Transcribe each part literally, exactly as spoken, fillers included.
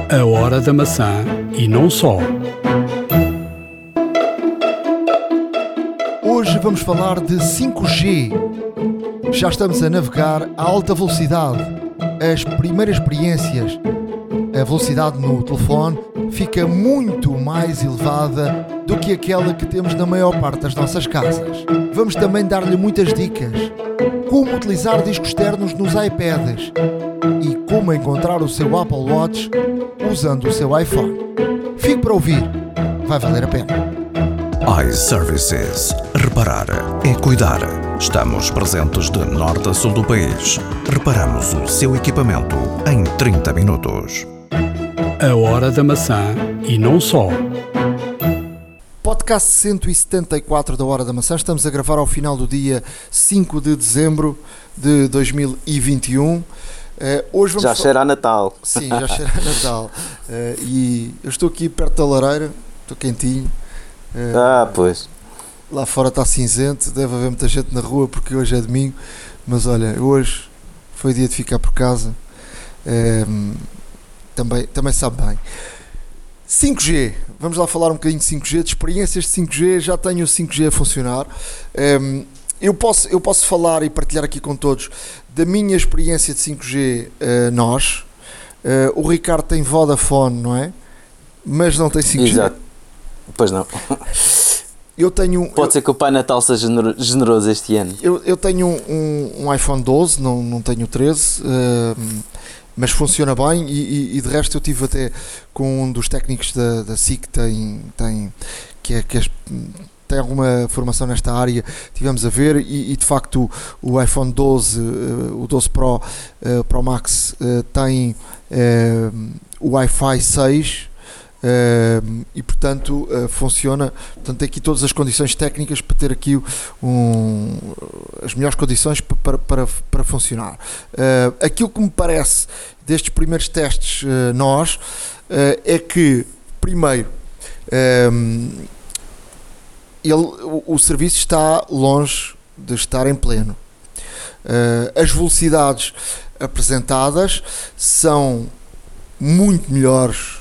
A Hora da Maçã e não só. Hoje vamos falar de cinco G. Já estamos a navegar a alta velocidade. As primeiras experiências, a velocidade no telefone fica muito mais elevada do que aquela que temos na maior parte das nossas casas. Vamos também dar-lhe muitas dicas. Como utilizar discos externos nos iPads e como encontrar o seu Apple Watch usando o seu iPhone. Fique para ouvir, vai valer a pena. iServices. Reparar é cuidar. Estamos presentes de norte a sul do país. Reparamos o seu equipamento em trinta minutos. A Hora da Maçã e não só. Podcast cento e setenta e quatro da Hora da Maçã. Estamos a gravar ao final do dia cinco de dezembro de dois mil e vinte e um. Uh, hoje vamos já fal... cheira a Natal. Sim, já cheira a Natal. Uh, e eu estou aqui perto da lareira, estou quentinho. Uh, ah, pois. Lá fora está cinzento, deve haver muita gente na rua porque hoje é domingo. Mas olha, hoje foi dia de ficar por casa. Uh, também, também sabe bem. cinco G, vamos lá falar um bocadinho de cinco G, de experiências de cinco G. Já tenho o cinco G a funcionar. Um, eu, posso, eu posso falar e partilhar aqui com todos da minha experiência de cinco G. Uh, nós, uh, o Ricardo tem Vodafone, não é? Mas não tem cinco G. Exato, pois não. Eu tenho, Pode eu, ser que o Pai Natal seja generoso este ano. Eu, eu tenho um, um iPhone doze, não, não tenho treze, uh, mas funciona bem e, e, e de resto eu estive até com um dos técnicos da, da S I C que tem, tem, que é, que é, tem alguma formação nesta área, tivemos a ver e, e de facto o, o iPhone doze, uh, o doze Pro, uh, Pro Max uh, tem uh, o Wi-Fi seis. Uh, e portanto uh, funciona, portanto tem aqui todas as condições técnicas para ter aqui um, as melhores condições para, para, para funcionar. Uh, aquilo que me parece destes primeiros testes uh, nós uh, é que primeiro um, ele, o, o serviço está longe de estar em pleno. Uh, as velocidades apresentadas são muito melhores,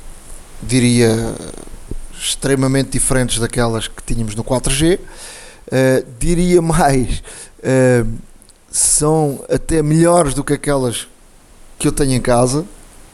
diria, extremamente diferentes daquelas que tínhamos no quatro G. Uh, diria mais, uh, são até melhores do que aquelas que eu tenho em casa.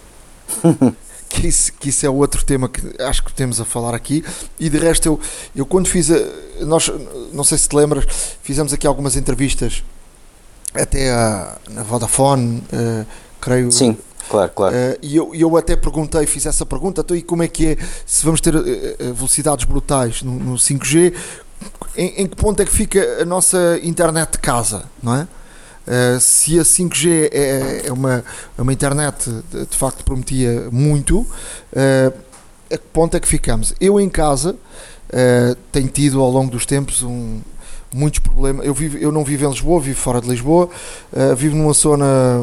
que, isso, que isso é outro tema que acho que temos a falar aqui. E de resto eu, eu quando fiz a, nós, não sei se te lembras, fizemos aqui algumas entrevistas até a, na Vodafone, uh, creio. Sim. Claro, claro. Uh, e eu, eu até perguntei, fiz essa pergunta, então, e como é que é, se vamos ter uh, velocidades brutais no, no cinco G, em, em que ponto é que fica a nossa internet de casa, não é? Uh, se a cinco G é, é uma, uma internet de, de facto prometia muito, uh, a que ponto é que ficamos? Eu em casa uh, tenho tido ao longo dos tempos um, muitos problemas. Eu, vivo, eu não vivo em Lisboa, vivo fora de Lisboa, uh, vivo numa zona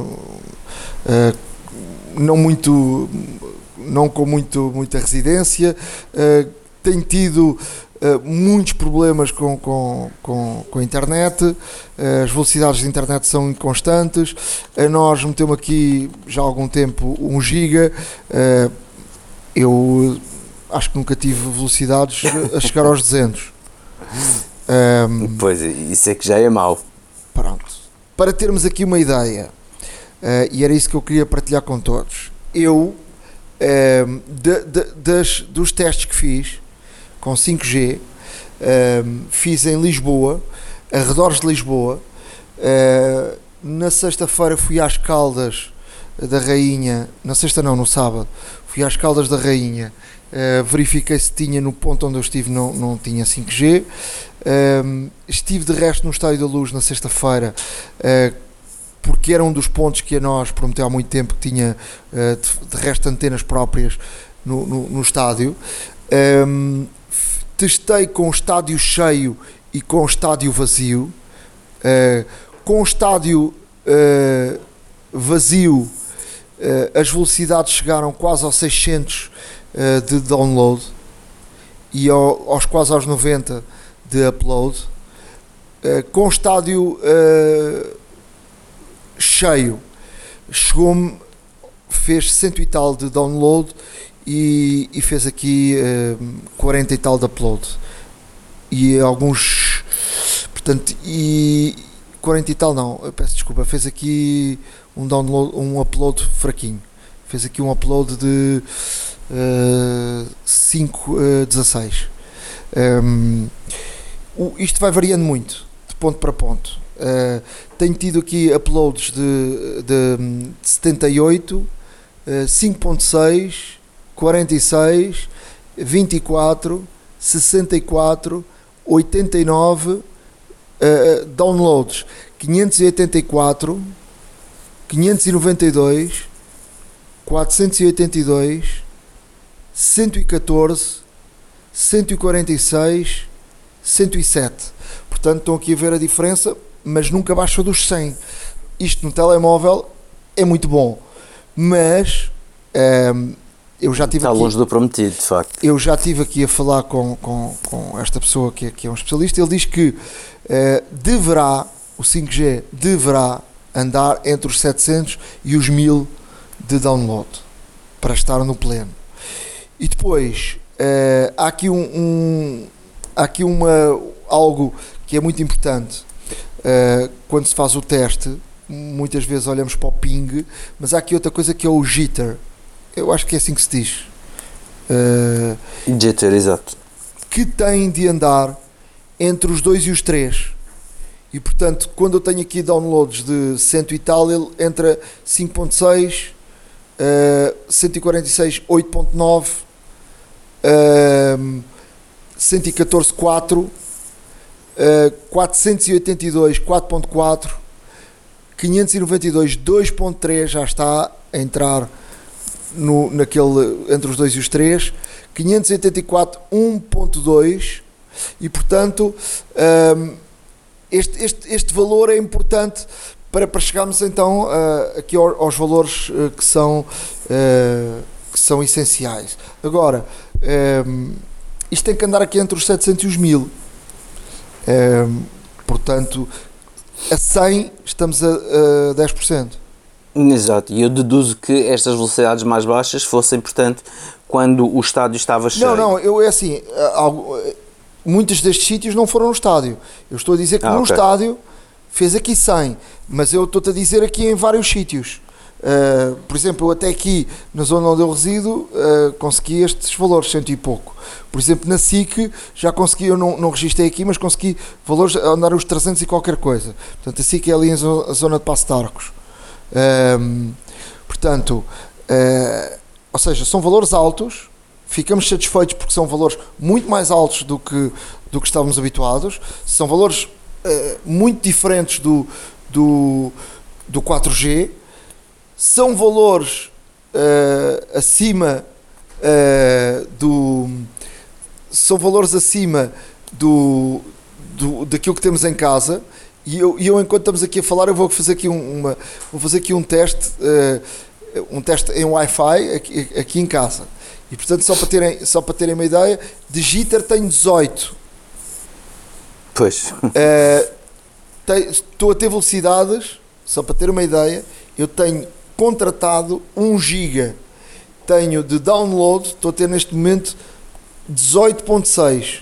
uh, não muito, não com muito, muita residência, uh, tenho tido uh, muitos problemas com, com, com, com a internet, uh, as velocidades de internet são inconstantes, a nós meteu-me aqui já há algum tempo um giga, uh, eu acho que nunca tive velocidades a chegar aos duzentos. Um, pois, isso é que já é mau. Pronto. Para termos aqui uma ideia, Uh, e era isso que eu queria partilhar com todos. Eu, uh, de, de, das, dos testes que fiz com cinco G, uh, fiz em Lisboa, arredores de Lisboa. Uh, na sexta-feira fui às Caldas da Rainha, na sexta não, no sábado, fui às Caldas da Rainha, uh, verifiquei se tinha, no ponto onde eu estive não, não tinha cinco G. Uh, estive de resto no Estádio da Luz na sexta-feira, uh, porque era um dos pontos que a nós prometeu há muito tempo que tinha uh, de, de resto antenas próprias no, no, no estádio. Um, testei com o estádio cheio e com o estádio vazio. Uh, com o estádio uh, vazio, uh, as velocidades chegaram quase aos seiscentos uh, de download e ao, aos quase aos noventa de upload. Uh, com o estádio uh, cheio, chegou-me fez cento e tal de download e, e fez aqui uh, quarenta e tal de upload. E alguns, portanto, e quarenta e tal não, eu peço desculpa, fez aqui um download, um upload fraquinho. Fez aqui um upload de uh, cinco dezasseis. Um, o, isto vai variando muito, de ponto para ponto. Uh, tenho tido aqui uploads de, de, de setenta e oito, uh, cinco ponto seis, quarenta e seis, vinte e quatro, sessenta e quatro, oitenta e nove uh, downloads, quinhentos e oitenta e quatro, quinhentos e noventa e dois, quatrocentos e oitenta e dois, cento e catorze, cento e quarenta e seis, cento e sete. Portanto, estão aqui a ver a diferença, mas nunca baixa dos cem. Isto no telemóvel é muito bom, mas um, eu já tive Está aqui, longe do prometido, de facto. eu já estive aqui a falar com, com, com esta pessoa que é, que é um especialista. Ele diz que uh, deverá, o cinco G deverá andar entre os setecentos e os mil de download para estar no pleno. E depois uh, há aqui um, um há aqui uma algo que é muito importante uh, quando se faz o teste. Muitas vezes olhamos para o ping, mas há aqui outra coisa que é o jitter. Eu acho que é assim que se diz, uh, Jitter, exato. que tem de andar entre os dois e os três. E portanto, quando eu tenho aqui downloads de cento e tal, ele entra cinco ponto seis, uh, cento e quarenta e seis, oito ponto nove, uh, cento e catorze, quatro, uh, quatrocentos e oitenta e dois, quatro ponto quatro, quinhentos e noventa e dois, dois ponto três, já está a entrar no, naquele, entre os dois e os três, quinhentos e oitenta e quatro, um ponto dois, e portanto um, este, este, este valor é importante para, para chegarmos então uh, aqui aos, aos valores uh, que, são, uh, que são essenciais. Agora, um, isto tem que andar aqui entre os setecentos e os mil, um, portanto a cem estamos a, a dez por cento. Exato, e eu deduzo que estas velocidades mais baixas fossem, portanto, quando o estádio estava cheio. Não, não, eu é assim, algo, muitos destes sítios não foram no estádio. Eu estou a dizer que ah, no okay. estádio fez aqui cem, mas eu estou-te a dizer aqui em vários sítios. Uh, por exemplo, eu até aqui na zona onde eu resido uh, consegui estes valores, cento e pouco. Por exemplo, na S I C já consegui, eu não, não registrei aqui, mas consegui valores a andar os trezentos e qualquer coisa. Portanto, a S I C é ali em zo- a zona de Passo de Arcos. Um, portanto, uh, ou seja, são valores altos, ficamos satisfeitos porque são valores muito mais altos do que, do que estávamos habituados, são valores uh, muito diferentes do, do, do quatro G, são valores uh, acima uh, do são valores acima do, do, daquilo que temos em casa. E eu, e eu, enquanto estamos aqui a falar, eu vou fazer aqui um, uma, vou fazer aqui um teste, uh, um teste em Wi-Fi aqui, aqui em casa. E portanto, só para terem, só para terem uma ideia, de jitter tenho dezoito. Pois. Uh, tem, estou a ter velocidades, só para ter uma ideia, eu tenho contratado um giga. Tenho de download, estou a ter neste momento dezoito ponto seis.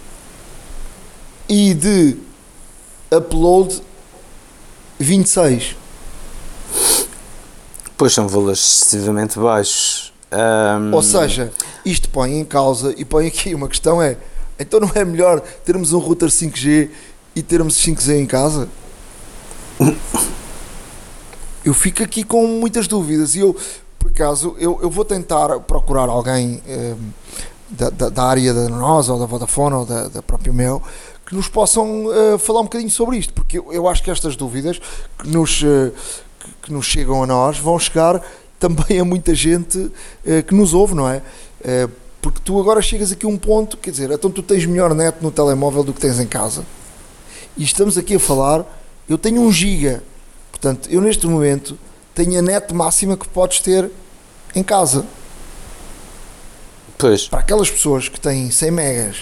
E de upload vinte e seis. Pois são valores excessivamente baixos. Um... Ou seja, isto põe em causa e põe aqui uma questão: é, então não é melhor termos um router cinco G e termos cinco G em casa? Eu fico aqui com muitas dúvidas e eu, por acaso, eu, eu vou tentar procurar alguém eh, da, da, da área da nós ou da Vodafone ou da, da própria Mel que nos possam uh, falar um bocadinho sobre isto, porque eu, eu acho que estas dúvidas que nos, uh, que, que nos chegam a nós vão chegar também a muita gente uh, que nos ouve, não é? Uh, porque tu agora chegas aqui a um ponto, quer dizer, então tu tens melhor net no telemóvel do que tens em casa. E estamos aqui a falar, eu tenho um giga, portanto, eu neste momento tenho a net máxima que podes ter em casa. Pois. Para aquelas pessoas que têm cem megas,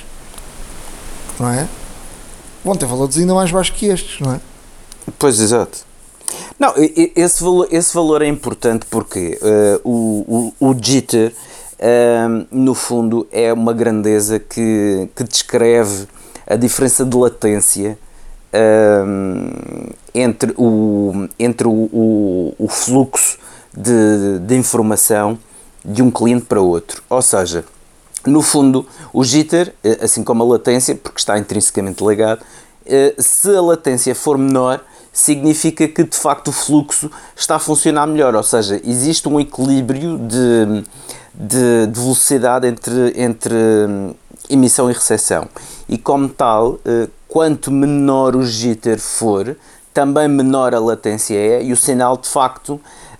não é? Vão ter valores ainda mais baixos que estes, não é? Pois, exato. Não, esse valor, esse valor é importante porque uh, o, o, o jitter, uh, no fundo, é uma grandeza que, que descreve a diferença de latência uh, entre, o, entre o, o, o fluxo de, de informação de um cliente para outro. Ou seja, no fundo, o jitter, assim como a latência, porque está intrinsecamente ligado, uh, se a latência for menor, significa que de facto o fluxo está a funcionar melhor, ou seja, existe um equilíbrio de, de, de velocidade entre, entre emissão e recepção, e como tal, quanto menor o jitter for, também menor a latência é, e o sinal de facto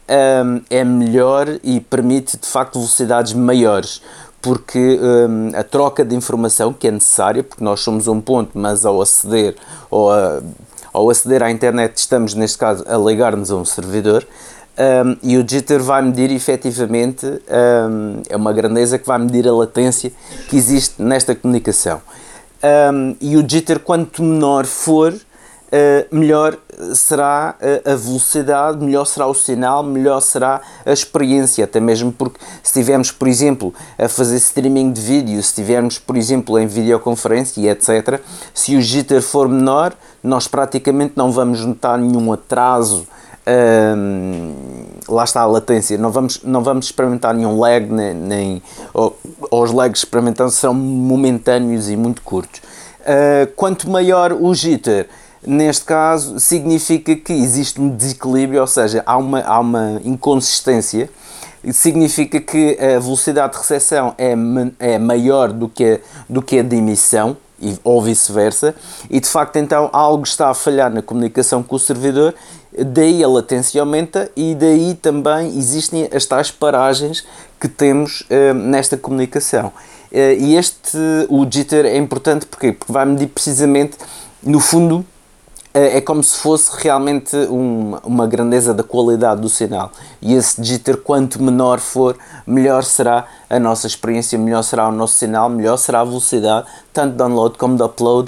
é melhor e permite de facto velocidades maiores, porque um, a troca de informação que é necessária, porque nós somos um ponto, mas ao aceder ou a Ao aceder à internet estamos, neste caso, a ligar-nos a um servidor, um, e o jitter vai medir efetivamente, um, é uma grandeza que vai medir a latência que existe nesta comunicação. Um, e o jitter, quanto menor for, uh, melhor será a velocidade, melhor será o sinal, melhor será a experiência, até mesmo porque se estivermos, por exemplo, a fazer streaming de vídeo, se estivermos, por exemplo, em videoconferência e etcétera, se o jitter for menor, nós praticamente não vamos notar nenhum atraso, hum, lá está a latência, não vamos, não vamos experimentar nenhum lag, nem, nem ou, ou os lags experimentados serão momentâneos e muito curtos. Uh, quanto maior o jitter, neste caso, significa que existe um desequilíbrio, ou seja, há uma, há uma inconsistência, significa que a velocidade de recepção é, é maior do que a, do que a de emissão, ou vice-versa, e de facto então algo está a falhar na comunicação com o servidor, daí a latência aumenta e daí também existem as tais paragens que temos uh, nesta comunicação. Uh, e este, o jitter é importante porque, porque vai medir precisamente, no fundo, é como se fosse realmente um, uma grandeza da qualidade do sinal, e esse jitter, quanto menor for, melhor será a nossa experiência, melhor será o nosso sinal, melhor será a velocidade, tanto de download como de upload,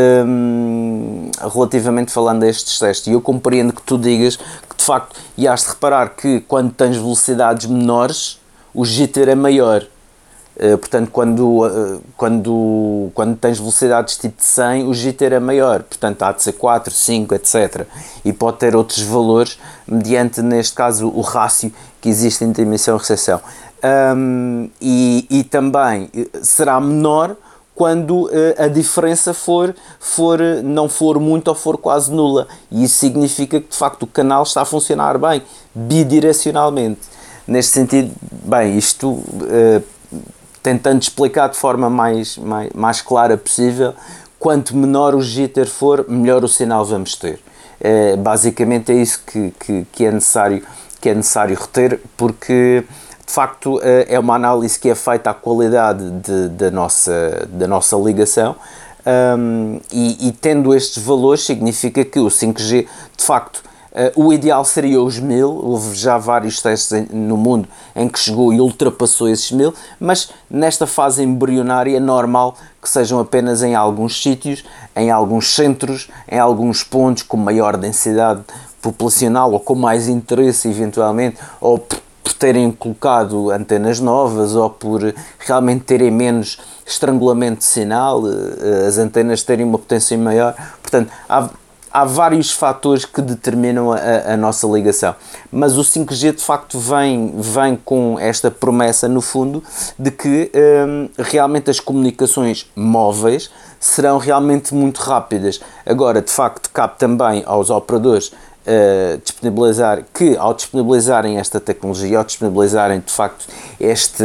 um, relativamente falando a estes testes. E eu compreendo que tu digas que de facto, e has de reparar que quando tens velocidades menores, o jitter é maior. Uh, portanto, quando, uh, quando, quando tens velocidades tipo de cem, o jitter é maior, portanto há de ser quatro, cinco, etcétera. E pode ter outros valores, mediante, neste caso, o rácio que existe entre emissão e recepção. Um, e, e também será menor quando uh, a diferença for, for, não for muito ou for quase nula. E isso significa que, de facto, o canal está a funcionar bem, bidirecionalmente. Neste sentido, bem, isto... Uh, tentando explicar de forma mais, mais, mais clara possível, quanto menor o jitter for, melhor o sinal vamos ter. É, basicamente é isso que, que, que, é necessário, que é necessário reter, porque de facto é uma análise que é feita à qualidade de, de nossa, da nossa ligação, um, e, e tendo estes valores significa que o cinco G, de facto, Uh, o ideal seria os mil, houve já vários testes em, no mundo em que chegou e ultrapassou esses mil, mas nesta fase embrionária é normal que sejam apenas em alguns sítios, em alguns centros, em alguns pontos com maior densidade populacional ou com mais interesse eventualmente, ou por, por terem colocado antenas novas ou por realmente terem menos estrangulamento de sinal, uh, as antenas terem uma potência maior, portanto há Há vários fatores que determinam a, a nossa ligação, mas o cinco G de facto vem, vem com esta promessa no fundo de que hum, realmente as comunicações móveis serão realmente muito rápidas. Agora, de facto, cabe também aos operadores uh, disponibilizar, que ao disponibilizarem esta tecnologia, ao disponibilizarem de facto este,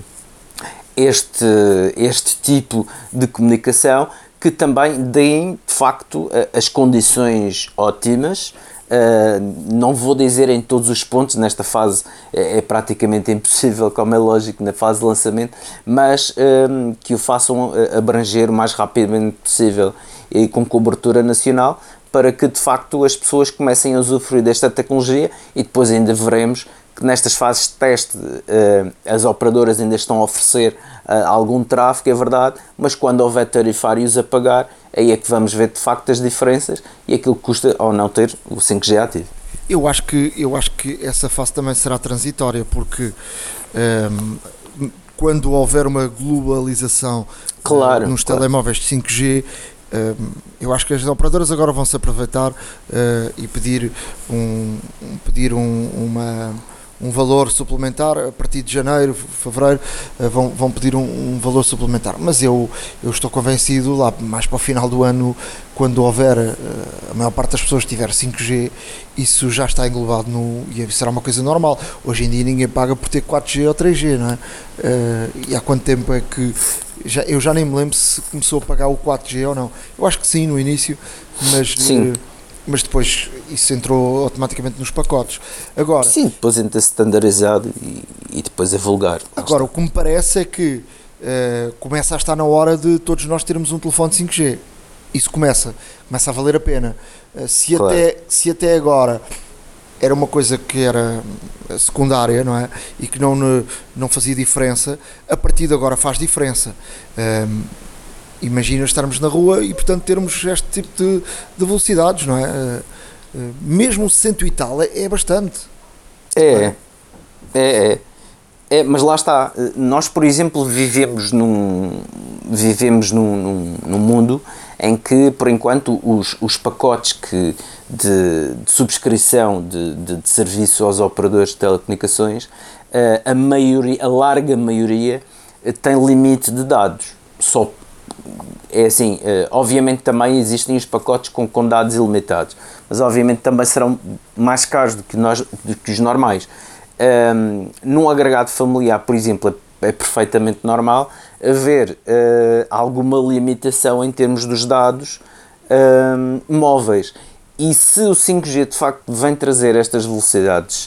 este, este tipo de comunicação, que também deem, de facto, as condições ótimas. Uh, não vou dizer em todos os pontos, nesta fase é, é praticamente impossível, como é lógico, na fase de lançamento, mas um, que o façam abranger o mais rapidamente possível e com cobertura nacional, para que, de facto, as pessoas comecem a usufruir desta tecnologia, e depois ainda veremos que nestas fases de teste uh, as operadoras ainda estão a oferecer uh, algum tráfego, é verdade, mas quando houver tarifários a pagar, aí é que vamos ver de facto as diferenças e aquilo que custa ou não ter o cinco G ativo. Eu acho que, eu acho que essa fase também será transitória, porque um, quando houver uma globalização claro, uh, nos claro. telemóveis de cinco G, um, eu acho que as operadoras agora vão se aproveitar uh, e pedir, um, pedir um, uma, um valor suplementar a partir de janeiro, fevereiro, uh, vão, vão pedir um, um valor suplementar. Mas eu, eu estou convencido, lá mais para o final do ano, quando houver, uh, a maior parte das pessoas tiver cinco G, isso já está englobado no, e será uma coisa normal. Hoje em dia ninguém paga por ter quatro G ou três G, não é? Uh, e há quanto tempo é que, já, eu já nem me lembro se começou a pagar o quatro G ou não. Eu acho que sim, no início, mas, sim. Uh, mas depois isso entrou automaticamente nos pacotes. Agora, sim, depois entra standardizado e, e depois é vulgar. Agora, o que me parece é que uh, começa a estar na hora de todos nós termos um telefone de cinco G. Isso começa, começa a valer a pena. Uh, se, claro. até, se até agora era uma coisa que era secundária, não é? E que não, não fazia diferença, a partir de agora faz diferença. Um, imagina estarmos na rua e, portanto, termos este tipo de, de velocidades, não é? Uh, uh, mesmo cento e tal é, é bastante. É, é, é, é, mas lá está. Nós, por exemplo, vivemos num, vivemos num, num, num mundo em que, por enquanto, os, os pacotes que de, de subscrição de, de, de serviço aos operadores de telecomunicações, a, maioria, a larga maioria tem limite de dados. Só, é assim, obviamente também existem os pacotes com, com dados ilimitados, mas obviamente também serão mais caros do que, nós, do que os normais. Um, num agregado familiar, por exemplo, é, é perfeitamente normal haver uh, alguma limitação em termos dos dados uh, móveis. E se o cinco G de facto vem trazer estas velocidades,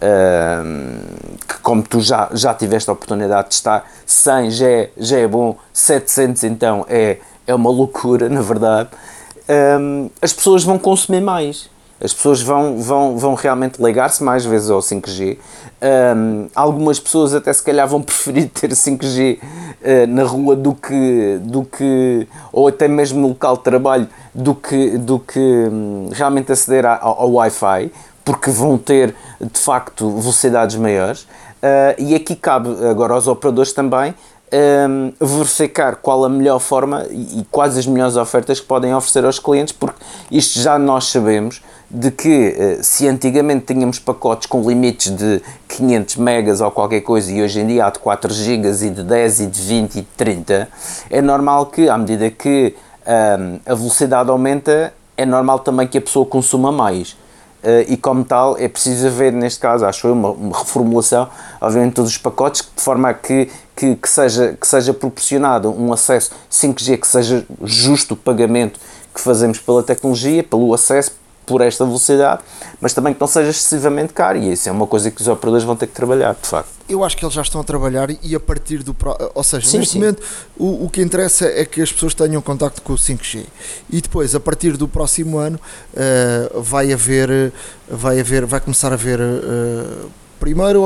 uh, que como tu já, já tiveste a oportunidade de testar, cem já é, já é bom, setecentos então é, é uma loucura, na verdade, uh, as pessoas vão consumir mais. As pessoas vão, vão, vão realmente ligar-se mais vezes ao cinco G. Um, algumas pessoas até se calhar vão preferir ter cinco G uh, na rua do que, do que, ou até mesmo no local de trabalho, do que, do que um, realmente aceder ao, ao Wi-Fi, porque vão ter de facto velocidades maiores. Uh, e aqui cabe agora aos operadores também Um, verificar qual a melhor forma e, e quais as melhores ofertas que podem oferecer aos clientes, porque isto já nós sabemos de que uh, se antigamente tínhamos pacotes com limites de quinhentos megas ou qualquer coisa e hoje em dia há de quatro gigas e de dez e de vinte e de trinta, é normal que à medida que um, a velocidade aumenta, é normal também que a pessoa consuma mais. Uh, e como tal é preciso haver, neste caso, acho eu, uma, uma reformulação, obviamente, de todos os pacotes, de forma a que, que, que, seja, que seja proporcionado um acesso cinco G, que seja justo o pagamento que fazemos pela tecnologia, pelo acesso por esta velocidade, mas também que não seja excessivamente caro, e isso é uma coisa que os operadores vão ter que trabalhar, de facto. Eu acho que eles já estão a trabalhar e a partir do... Ou seja, sim, neste sim. momento o, o que interessa é que as pessoas tenham contacto com o cinco G e depois, a partir do próximo ano, uh, vai haver, vai haver, vai começar a haver, uh, primeiro,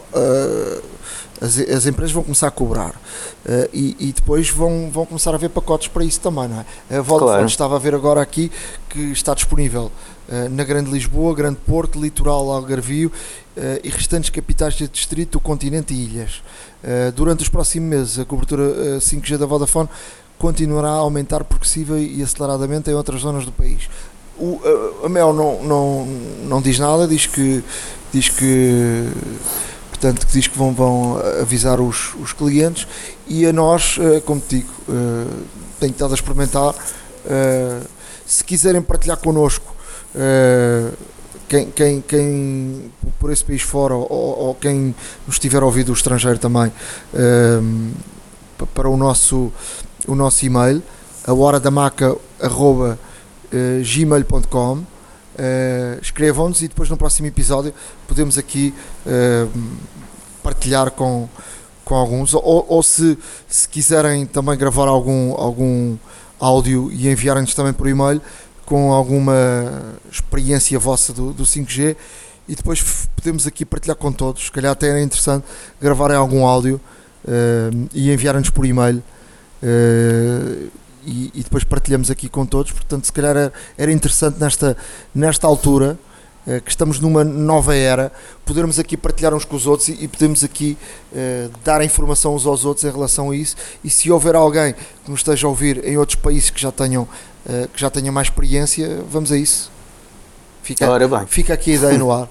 uh, as, as empresas vão começar a cobrar uh, e, e depois vão, vão começar a haver pacotes para isso também, não é? A Vodafone claro. Estava a ver agora aqui que está disponível uh, na Grande Lisboa, Grande Porto, Litoral, Algarvio uh, e restantes capitais de distrito do continente e ilhas. Uh, durante os próximos meses a cobertura uh, cinco G da Vodafone continuará a aumentar progressiva e aceleradamente em outras zonas do país. O, uh, a Mel não, não, não diz nada, diz que diz que portanto, que diz que vão, vão avisar os, os clientes e a nós, como te digo, tenho estado a experimentar. Se quiserem partilhar connosco, quem, quem, quem por esse país fora ou, ou quem nos tiver ouvido do estrangeiro também, para o nosso, o nosso e-mail, a hora da maca arroba gmail ponto com. Uh, escrevam-nos e depois no próximo episódio podemos aqui uh, partilhar com, com alguns ou, ou se, se quiserem também gravar algum, algum áudio e enviarem-nos também por e-mail com alguma experiência vossa do, do cinco G e depois podemos aqui partilhar com todos. Se calhar até era interessante gravarem algum áudio uh, e enviarem-nos por e-mail uh, E, e depois partilhamos aqui com todos, portanto se calhar era, era interessante nesta, nesta altura uh, que estamos numa nova era, podermos aqui partilhar uns com os outros e, e podemos aqui uh, dar a informação uns aos outros em relação a isso, e se houver alguém que nos esteja a ouvir em outros países que já tenham, uh, que já tenham mais experiência, vamos a isso. Fica, Ora bem. fica aqui a ideia no ar.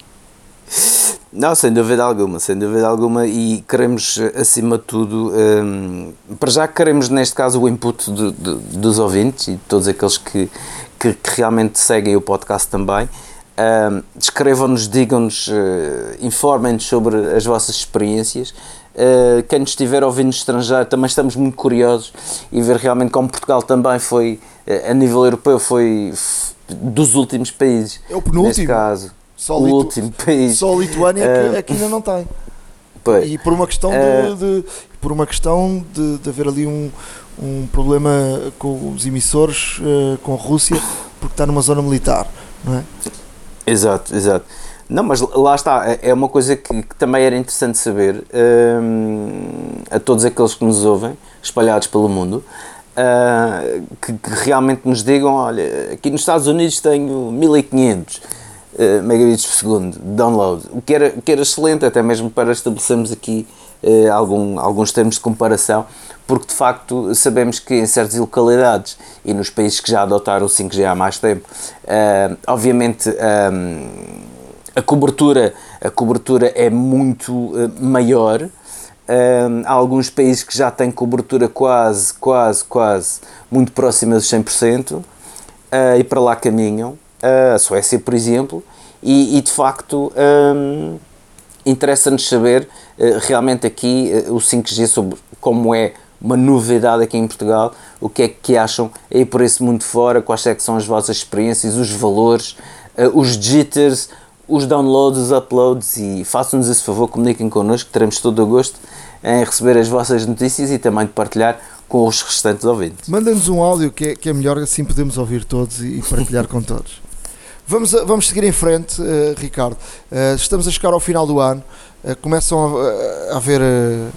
Não, sem dúvida alguma, sem dúvida alguma, e queremos, acima de tudo, um, para já queremos, neste caso, o input de, de, dos ouvintes e de todos aqueles que, que, que realmente seguem o podcast também. Um, escrevam-nos, digam-nos, uh, informem-nos sobre as vossas experiências. Uh, quem nos estiver a ouvir no estrangeiro, também estamos muito curiosos e ver realmente como Portugal também foi, uh, a nível europeu, foi dos últimos países. É o penúltimo. Neste caso. Só, o Litu... último país. Só a Lituânia é que, Uh, é que ainda não tem. Pois. E por uma questão Uh, de, de por uma questão de, de haver ali um, um problema com os emissores, uh, com a Rússia, porque está numa zona militar, não é? Exato, exato. Não, mas lá está, é uma coisa que, que também era interessante saber, hum, a todos aqueles que nos ouvem, espalhados pelo mundo, uh, que, que realmente nos digam, olha, aqui nos Estados Unidos tenho mil e quinhentos uh, megabits por segundo de download, o que era, que era excelente, até mesmo para estabelecermos aqui uh, algum, alguns termos de comparação, porque de facto sabemos que em certas localidades e nos países que já adotaram o cinco G há mais tempo, uh, obviamente um, a cobertura, a cobertura é muito uh, maior. Uh, há alguns países que já têm cobertura quase, quase, quase muito próxima dos cem por cento uh, e para lá caminham. Uh, a Suécia, por exemplo, e, e de facto um, interessa-nos saber uh, realmente aqui uh, o cinco G, sobre como é uma novidade aqui em Portugal, o que é que acham aí por esse mundo fora, quais é que são as vossas experiências, os valores, uh, os jitters, os downloads, os uploads, e façam-nos esse favor, comuniquem connosco, teremos todo o gosto em receber as vossas notícias e também de partilhar com os restantes ouvintes. Mandem-nos um áudio que é, que é melhor, assim podemos ouvir todos e, e partilhar com todos. Vamos, a, vamos seguir em frente, uh, Ricardo. Uh, estamos a chegar ao final do ano, uh, começam a, a haver uh,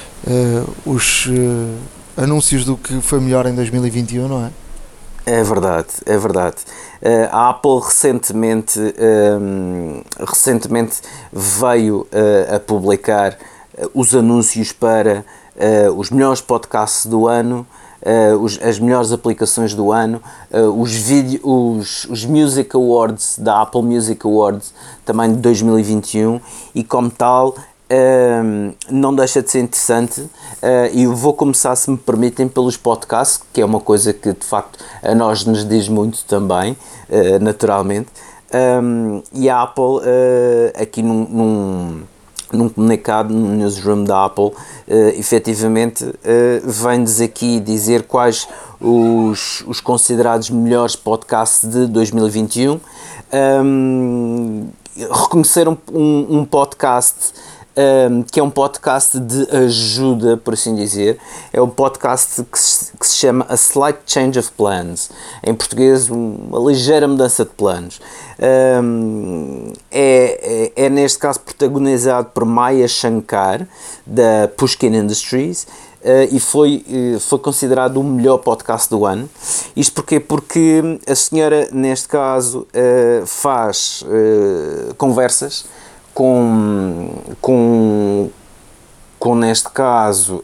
uh, os uh, anúncios do que foi melhor em dois mil e vinte e um, não é? É verdade, é verdade. Uh, a Apple recentemente, um, recentemente veio uh, a publicar uh, os anúncios para uh, os melhores podcasts do ano, uh, os, as melhores aplicações do ano, uh, os, video, os, os Music Awards da Apple Music Awards também de dois mil e vinte e um, e como tal Um, não deixa de ser interessante, uh, e eu vou começar, se me permitem, pelos podcasts, que é uma coisa que de facto a nós nos diz muito também, uh, naturalmente, um, e a Apple uh, aqui num, num, num comunicado no newsroom da Apple, uh, efetivamente uh, vem-nos aqui dizer quais os, os considerados melhores podcasts de dois mil e vinte e um. Um, reconheceram um, um podcast Um, que é um podcast de ajuda, por assim dizer. É um podcast que se, que se chama A Slight Change of Plans, em português, uma ligeira mudança de planos. Um, é, é, é neste caso protagonizado por Maya Shankar, da Pushkin Industries, uh, e foi, uh, foi considerado o melhor podcast do ano. Isto porquê? Porque a senhora, neste caso, uh, faz uh, conversas com, com, com neste caso,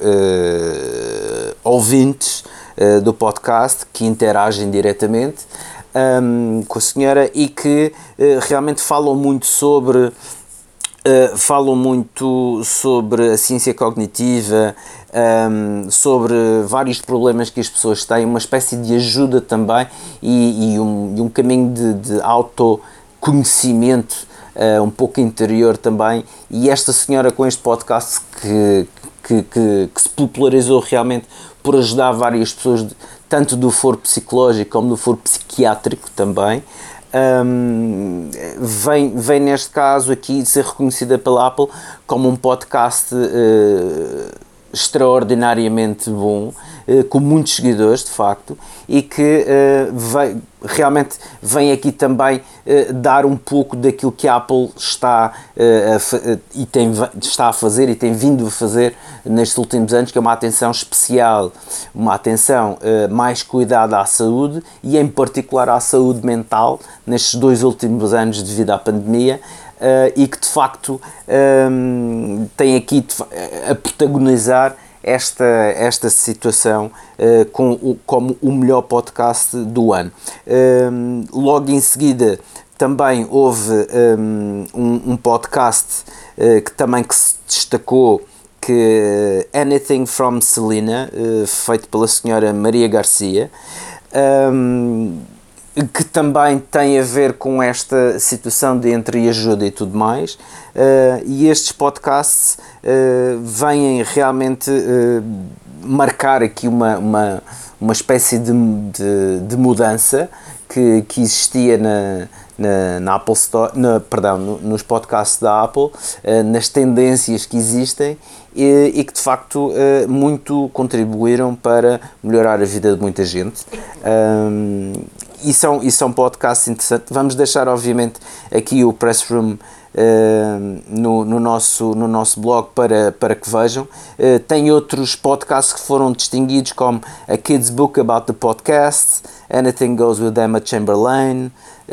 uh, ouvintes uh, do podcast que interagem diretamente um, com a senhora e que uh, realmente falam muito sobre, uh, falam muito sobre a ciência cognitiva, um, sobre vários problemas que as pessoas têm, uma espécie de ajuda também e, e, um, e um caminho de, de autoconhecimento Uh, um pouco interior também, e esta senhora com este podcast que, que, que, que se popularizou realmente por ajudar várias pessoas, de, tanto do foro psicológico como do foro psiquiátrico também, um, vem, vem neste caso aqui ser reconhecida pela Apple como um podcast uh, extraordinariamente bom, com muitos seguidores de facto, e que uh, vem, realmente vem aqui também uh, dar um pouco daquilo que a Apple está, uh, a, uh, e tem, está a fazer e tem vindo a fazer nestes últimos anos, que é uma atenção especial, uma atenção uh, mais cuidada à saúde e em particular à saúde mental nestes dois últimos anos devido à pandemia. Uh, e que de facto um, tem aqui a protagonizar esta, esta situação uh, com o, como o melhor podcast do ano. Um, logo em seguida também houve um, um, um podcast uh, que também que se destacou, que uh, Anything from Selena, uh, feito pela senhora Maria Garcia, um, que também tem a ver com esta situação de entreajuda e tudo mais, uh, e estes podcasts uh, vêm realmente uh, marcar aqui uma, uma, uma espécie de, de, de mudança que, que existia na, na, na Apple Store, na, perdão, no, nos podcasts da Apple, uh, nas tendências que existem, e, e que de facto uh, muito contribuíram para melhorar a vida de muita gente. Um, E são, e são podcasts interessantes. Vamos deixar, obviamente, aqui o Press Room uh, no, no, nosso, no nosso blog para, para que vejam. Uh, tem outros podcasts que foram distinguidos, como A Kid's Book About the Podcast, Anything Goes with Emma Chamberlain,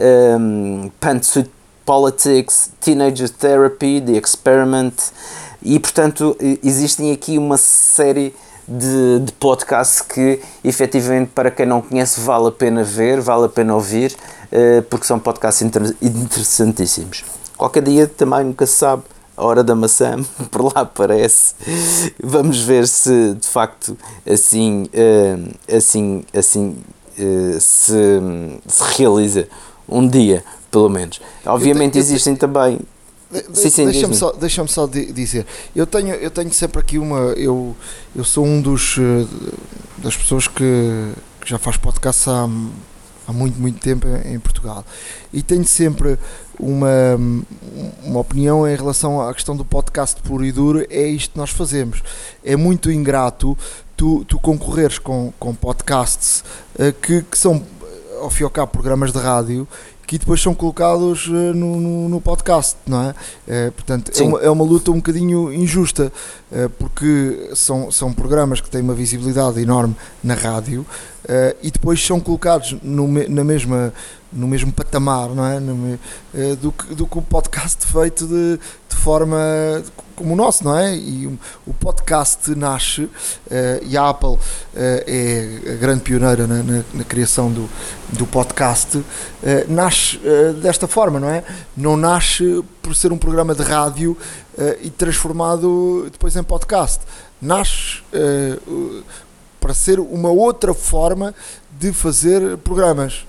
um, Pantsuit Politics, Teenager Therapy, The Experiment, e, portanto, existem aqui uma série De, de podcasts que, efetivamente, para quem não conhece, vale a pena ver, vale a pena ouvir, uh, porque são podcasts inter- interessantíssimos. Qualquer dia também, nunca se sabe, a hora da maçã por lá aparece. Vamos ver se de facto assim, uh, assim, assim uh, se, se realiza um dia, pelo menos. Obviamente eu te, eu te... existem também. De, de, deixa-me só, deixa-me só de, dizer, eu tenho, eu tenho sempre aqui uma, eu, eu sou um dos das pessoas que, que já faz podcast há, há muito, muito tempo em Portugal, e tenho sempre uma, uma opinião em relação à questão do podcast puro e duro. É isto que nós fazemos. É muito ingrato tu, tu concorreres com, com podcasts uh, que, que são, ao fim e ao cabo, programas de rádio, que depois são colocados uh, no, no, no podcast, não é? Uh, portanto, é uma, é uma luta um bocadinho injusta, uh, porque são, são programas que têm uma visibilidade enorme na rádio, uh, e depois são colocados no, na mesma, no mesmo patamar, não é? No, uh, do, que, do que o podcast feito de, de forma como o nosso, não é? E o, o podcast nasce, uh, e a Apple uh, é a grande pioneira na, na, na criação do, do podcast, uh, nasce uh, desta forma, não é? Não nasce por ser um programa de rádio uh, e transformado depois em podcast. Nasce uh, para ser uma outra forma de fazer programas.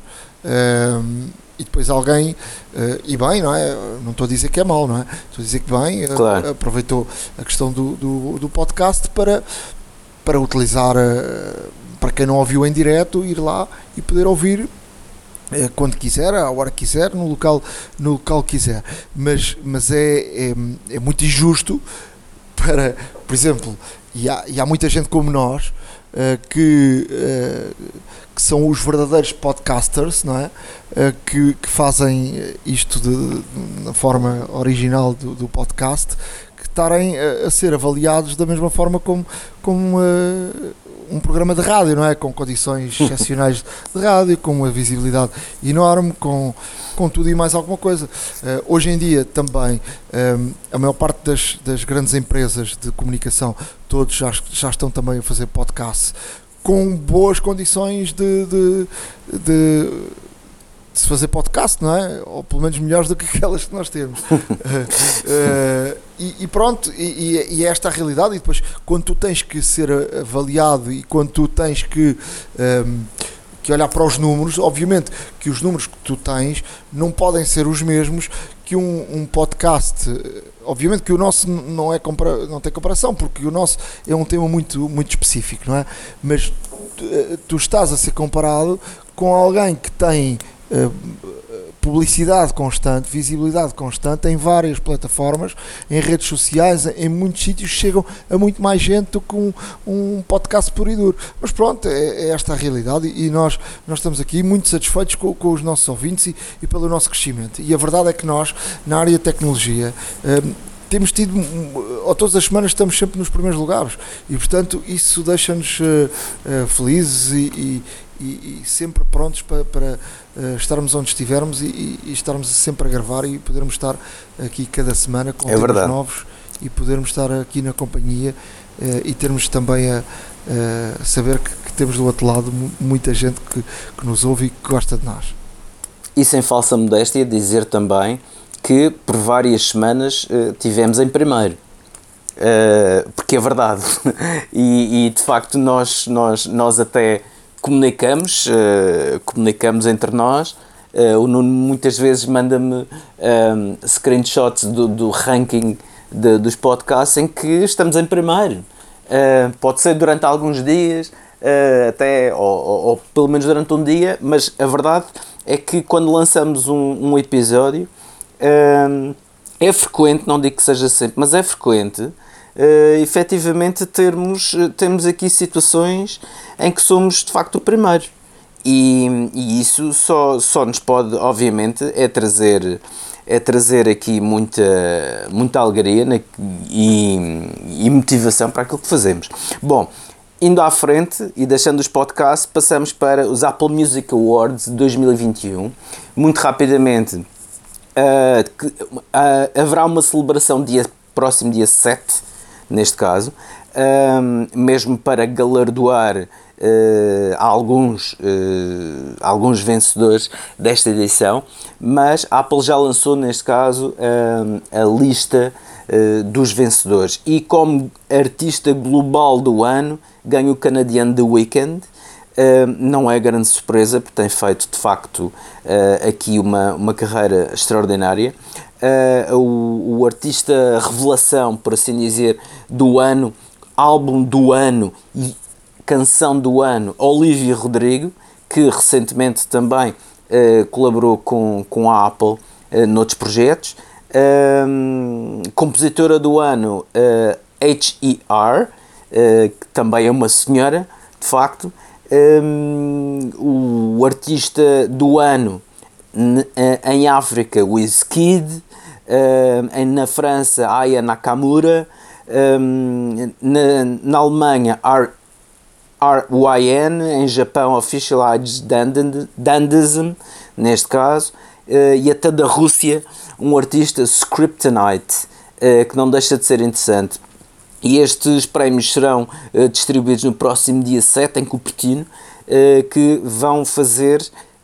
Uh, e depois alguém, uh, e bem, não é? Não estou a dizer que é mau, não é? Estou a dizer que bem, claro. uh, aproveitou a questão do, do, do podcast para, para utilizar, uh, para quem não ouviu em direto, ir lá e poder ouvir uh, quando quiser, à hora que quiser, no local, no local que quiser. Mas, mas é, é, é muito injusto para, por exemplo, e há, e há muita gente como nós, uh, que... Uh, que são os verdadeiros podcasters, não é? Que, que fazem isto de, de, na forma original do, do podcast, que estarem a, a ser avaliados da mesma forma como, como uh, um programa de rádio, não é? Com condições excepcionais de rádio, com uma visibilidade enorme, com, com tudo e mais alguma coisa. Uh, hoje em dia também um, a maior parte das, das grandes empresas de comunicação, todos já, já estão também a fazer podcasts com boas condições de, de, de, de se fazer podcast, não é? Ou pelo menos melhores do que aquelas que nós temos. uh, uh, e, e pronto, e, e esta é a realidade. E depois, quando tu tens que ser avaliado e quando tu tens que, um, que olhar para os números, obviamente que os números que tu tens não podem ser os mesmos que um, um podcast. Obviamente que o nosso não, é compara- não tem comparação, porque o nosso é um tema muito, muito específico, não é? Mas tu, tu estás a ser comparado com alguém que tem, uh, publicidade constante, visibilidade constante em várias plataformas, em redes sociais, em muitos sítios, chegam a muito mais gente do que um, um podcast puro e duro. Mas pronto, é, é esta a realidade e nós, nós estamos aqui muito satisfeitos com, com os nossos ouvintes e, e pelo nosso crescimento. E a verdade é que nós, na área de tecnologia, um, temos tido, ou todas as semanas estamos sempre nos primeiros lugares e portanto isso deixa-nos uh, uh, felizes e, e, e, e sempre prontos para, para uh, estarmos onde estivermos e, e estarmos sempre a gravar e podermos estar aqui cada semana com é temas novos e podermos estar aqui na companhia uh, e termos também a, a saber que, que temos do outro lado muita gente que, que nos ouve e que gosta de nós. E sem falsa modéstia dizer também que por várias semanas uh, tivemos em primeiro, uh, porque é verdade, e, e de facto nós, nós, nós até comunicamos, uh, comunicamos entre nós, uh, o Nuno muitas vezes manda-me um, screenshots do, do ranking de, dos podcasts em que estamos em primeiro, uh, pode ser durante alguns dias, uh, até, ou, ou, ou pelo menos durante um dia, mas a verdade é que quando lançamos um, um episódio, Uh, é frequente, não digo que seja sempre, mas é frequente uh, efetivamente termos, termos aqui situações em que somos de facto o primeiro e, e isso só, só nos pode obviamente é trazer, é trazer aqui muita, muita alegria né, e, e motivação para aquilo que fazemos. Bom, indo à frente e deixando os podcasts, passamos para os Apple Music Awards de dois mil e vinte e um. Muito rapidamente, Uh, que, uh, haverá uma celebração dia, próximo dia sete, neste caso, uh, mesmo para galardoar uh, alguns, uh, alguns vencedores desta edição, mas a Apple já lançou, neste caso, uh, a lista uh, dos vencedores. E como artista global do ano, ganha o canadiano The Weeknd. Uh, não é grande surpresa, porque tem feito de facto uh, aqui uma, uma carreira extraordinária. Uh, o, o artista revelação, por assim dizer, do ano, álbum do ano e canção do ano, Olivia Rodrigo, que recentemente também uh, colaborou com, com a Apple uh, noutros projetos. Uh, compositora do ano, uh, H E R, uh, que também é uma senhora, de facto. Um, o artista do ano em África, Wizkid, um, na França, Aya Nakamura, um, na, na Alemanha, R Y N, em Japão, Official Age Dandism, neste caso, uh, e até da Rússia, um artista Scriptonite, uh, que não deixa de ser interessante. E estes prémios serão uh, distribuídos no próximo dia sete, em Cupertino, uh, que vão fazer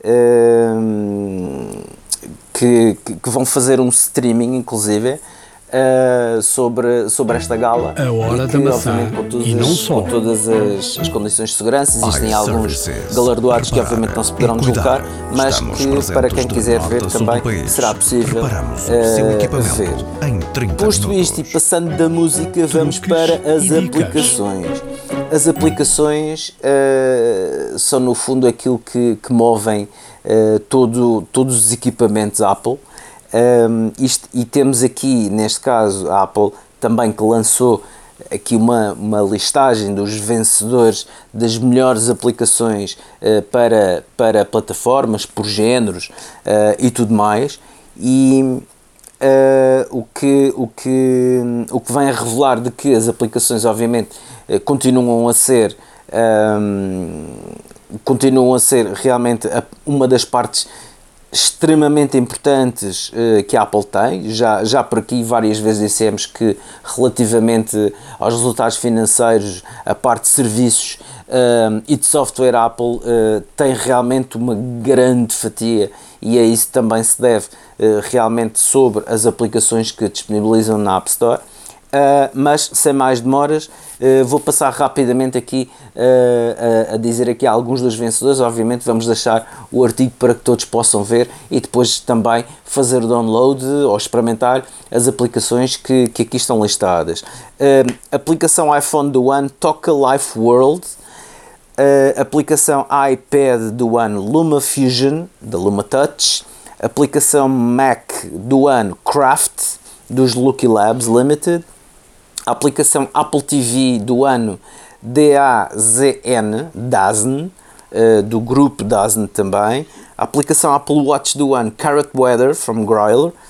uh, que, que vão fazer um streaming, inclusive, uh, sobre, sobre esta gala. A hora e que, da maçã, com todas, e não as, só. com todas as, as condições de segurança. Existem I alguns Services. galardoados que Preparar obviamente não se poderão e cuidar. deslocar, mas Estamos que presentes para quem de quiser norte ver a sul também do país. será possível Preparamos o seu uh, equipamento ver. em trinta Posto minutos. isto e passando da música, vamos Truques para as e dicas. aplicações. As aplicações uh, são no fundo aquilo que, que movem uh, todo, todos os equipamentos Apple. Um, isto, e temos aqui, neste caso, a Apple também que lançou aqui uma, uma listagem dos vencedores das melhores aplicações uh, para, para plataformas, por géneros uh, e tudo mais. E Uh, o, que, o, que, o que vem a revelar de que as aplicações obviamente uh, continuam a ser um, continuam a ser realmente a, uma das partes extremamente importantes uh, que a Apple tem. Já, já por aqui várias vezes dissemos que relativamente aos resultados financeiros, a parte de serviços uh, e de software Apple uh, tem realmente uma grande fatia, e a isso também se deve uh, realmente sobre as aplicações que disponibilizam na App Store. Uh, mas sem mais demoras, uh, vou passar rapidamente aqui uh, a, a dizer aqui alguns dos vencedores. Obviamente vamos deixar o artigo para que todos possam ver e depois também fazer o download ou experimentar as aplicações que, que aqui estão listadas. Uh, aplicação iPhone do ano, Toca Life World. Uh, aplicação iPad do ano, Luma Fusion, da Luma Touch. aplicação Mac do ano Craft, dos Lucky Labs Limited, a aplicação Apple T V do ano D A Z N, DAZN, uh, do grupo DAZN também, a aplicação Apple Watch do ano Carrot Weather, from Growler, uh,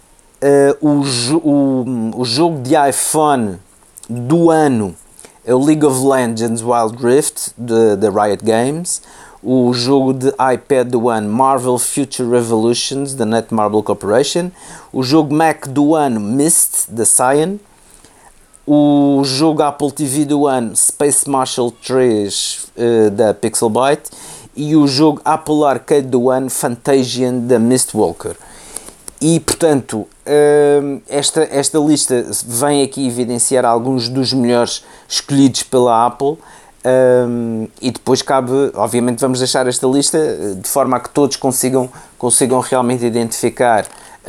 o, jo- o, o jogo de iPhone do ano é o League of Legends Wild Rift, da Riot Games, o jogo de iPad do ano Marvel Future Revolutions, da Netmarble Corporation, o jogo Mac do ano Myst, da Cyan, o jogo Apple T V do ano Space Marshal três, uh, da Pixelbyte, e o jogo Apple Arcade do ano Fantasian, da Mistwalker. E, portanto, esta, esta lista vem aqui evidenciar alguns dos melhores escolhidos pela Apple, e depois cabe, obviamente vamos deixar esta lista de forma a que todos consigam, consigam realmente identificar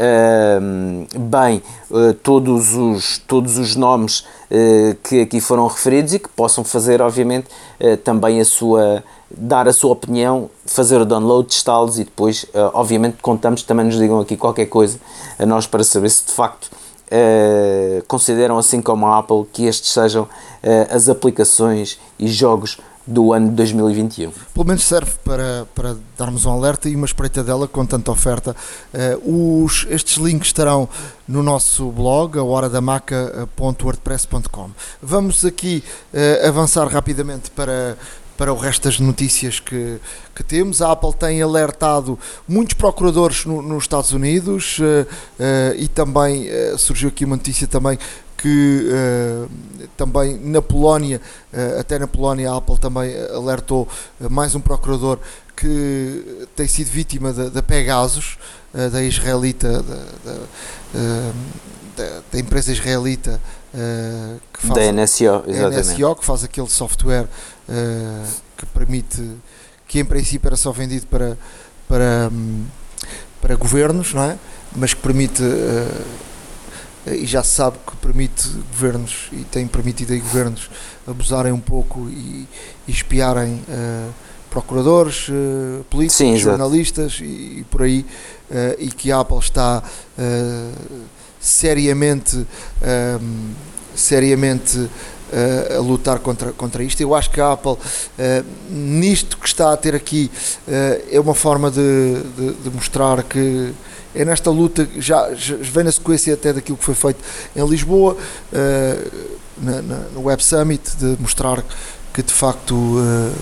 bem todos os, todos os nomes que aqui foram referidos e que possam fazer, obviamente, também a sua... dar a sua opinião, fazer o download, testá-los e depois, uh, obviamente, contamos, também nos digam aqui qualquer coisa a nós para saber se de facto uh, consideram, assim como a Apple, que estes sejam uh, as aplicações e jogos do ano de dois mil e vinte e um. Pelo menos serve para, para darmos um alerta e uma espreitadela com tanta oferta. Uh, os, estes links estarão no nosso blog, a hora da maca ponto wordpress ponto com. Vamos aqui uh, avançar rapidamente para... para o resto das notícias que, que temos. A Apple tem alertado muitos procuradores no, nos Estados Unidos uh, uh, e também uh, surgiu aqui uma notícia também que uh, também na Polónia, uh, até na Polónia a Apple também alertou uh, mais um procurador que tem sido vítima da, da Pegasus, uh, da israelita, da, da, uh, da, da empresa israelita uh, que faz, da N S O, exatamente. N S O, que faz aquele software Uh, que permite, que em princípio era só vendido para, para, um, para governos, não é? Mas que permite, uh, e já se sabe que permite governos, e tem permitido aí governos abusarem um pouco e, e espiarem uh, procuradores, uh, políticos, Sim, jornalistas e, e por aí, uh, e que a Apple está uh, seriamente, um, seriamente Uh, a lutar contra, contra isto. Eu acho que a Apple, uh, nisto que está a ter aqui, uh, é uma forma de, de, de mostrar que é nesta luta, já, já vem na sequência até daquilo que foi feito em Lisboa, uh, na, na, no Web Summit, de mostrar que de facto uh,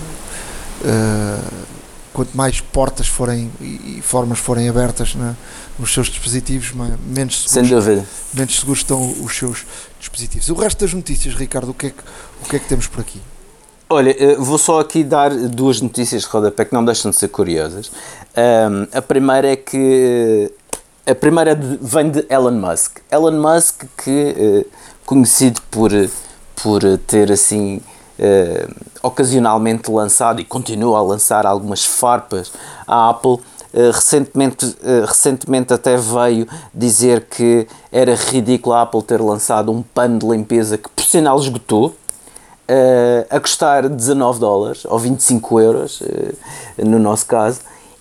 uh, quanto mais portas forem e, e formas forem abertas na, nos seus dispositivos, menos seguros, Sem dúvida. menos seguros estão os seus dispositivos. O resto das notícias, Ricardo, o que é que, o que, é que temos por aqui? Olha, vou só aqui dar duas notícias de rodapé que não deixam de ser curiosas. Um, a primeira é que a primeira vem de Elon Musk. Elon Musk, que conhecido por, por ter assim uh, ocasionalmente lançado e continua a lançar algumas farpas à Apple. Uh, recentemente, uh, recentemente até veio dizer que era ridículo a Apple ter lançado um pano de limpeza que por sinal esgotou, uh, a custar dezanove dólares ou vinte e cinco euros, uh, no nosso caso,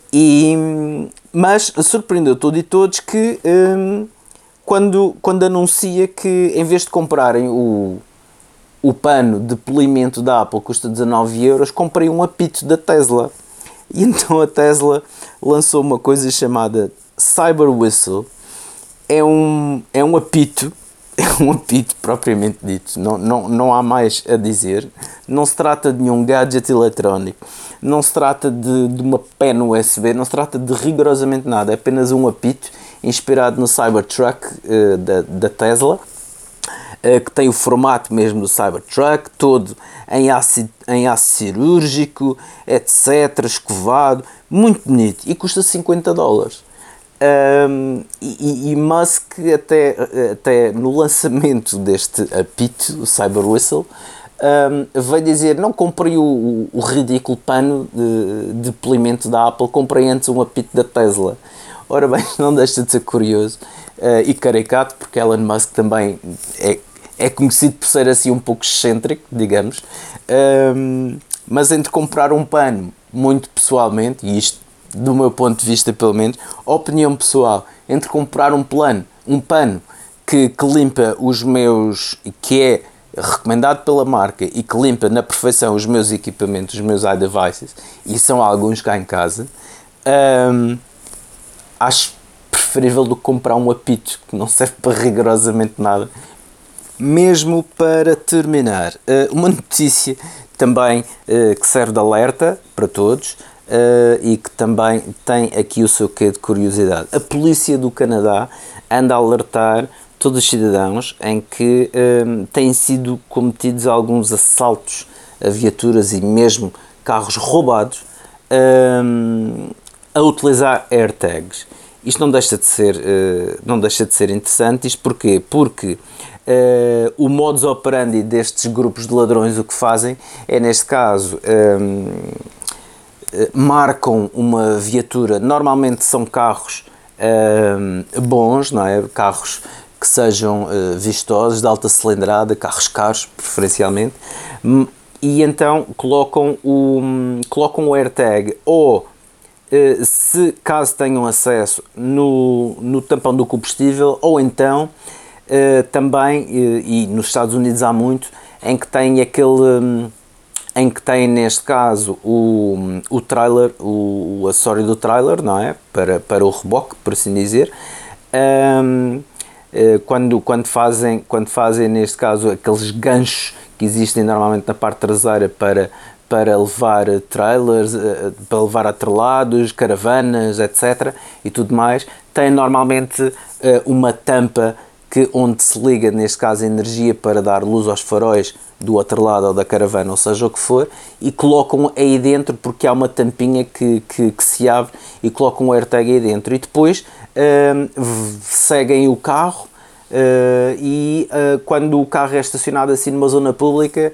e, mas surpreendeu tudo e todos que um, quando, quando anuncia que em vez de comprarem o, o pano de polimento da Apple custa dezanove euros, comprei um apito da Tesla. E então a Tesla lançou uma coisa chamada Cyber Whistle. É um, é um apito, é um apito propriamente dito, não, não, não há mais a dizer. Não se trata de nenhum gadget eletrónico, não se trata de, de uma pen U S B, não se trata de rigorosamente nada. É apenas um apito inspirado no Cybertruck uh, da, da Tesla, que tem o formato mesmo do Cybertruck, todo em aço, em aço cirúrgico, etcétera, escovado, muito bonito, e custa cinquenta dólares. Um, e, e Musk, até, até no lançamento deste apito, o Cyber Whistle, um, veio dizer: não comprei o, o, o ridículo pano de, de polimento da Apple, comprei antes um apito da Tesla. Ora bem, não deixa de ser curioso uh, e caricato, porque Elon Musk também é É conhecido por ser assim um pouco excêntrico, digamos, um, mas entre comprar um pano muito pessoalmente, e isto do meu ponto de vista pelo menos, opinião pessoal, entre comprar um plano, um pano que, que limpa os meus, que é recomendado pela marca e que limpa na perfeição os meus equipamentos, os meus iDevices, e são alguns cá em casa, hum, acho preferível do que comprar um apito que não serve para rigorosamente nada. Mesmo para terminar, uma notícia também que serve de alerta para todos e que também tem aqui o seu quê de curiosidade. A polícia do Canadá anda a alertar todos os cidadãos em que um, têm sido cometidos alguns assaltos a viaturas e mesmo carros roubados um, a utilizar AirTags. Isto não deixa de ser, uh, não deixa de ser interessante. Isto porquê? Porque uh, o modus operandi destes grupos de ladrões o que fazem é, neste caso, um, marcam uma viatura. Normalmente são carros um, bons, não é? Carros que sejam uh, vistosos, de alta cilindrada, carros caros, preferencialmente, e então colocam o, colocam o AirTag ou, uh, se caso tenham acesso, no, no tampão do combustível, ou então uh, também, uh, e nos Estados Unidos há muito, em que tem aquele, um, em que tem neste caso o, o trailer, o, o acessório do trailer, não é? Para, para o reboque, por assim dizer. Um, Quando, quando, fazem, quando fazem, neste caso, aqueles ganchos que existem normalmente na parte traseira para, para levar trailers, para levar atrelados, caravanas, etcétera e tudo mais, tem normalmente uma tampa que, onde se liga, neste caso, a energia para dar luz aos faróis do atrelado ou da caravana, ou seja o que for, e colocam aí dentro, porque há uma tampinha que, que, que se abre, e colocam o AirTag aí dentro, e depois uh, seguem o carro, uh, e uh, quando o carro é estacionado assim numa zona pública,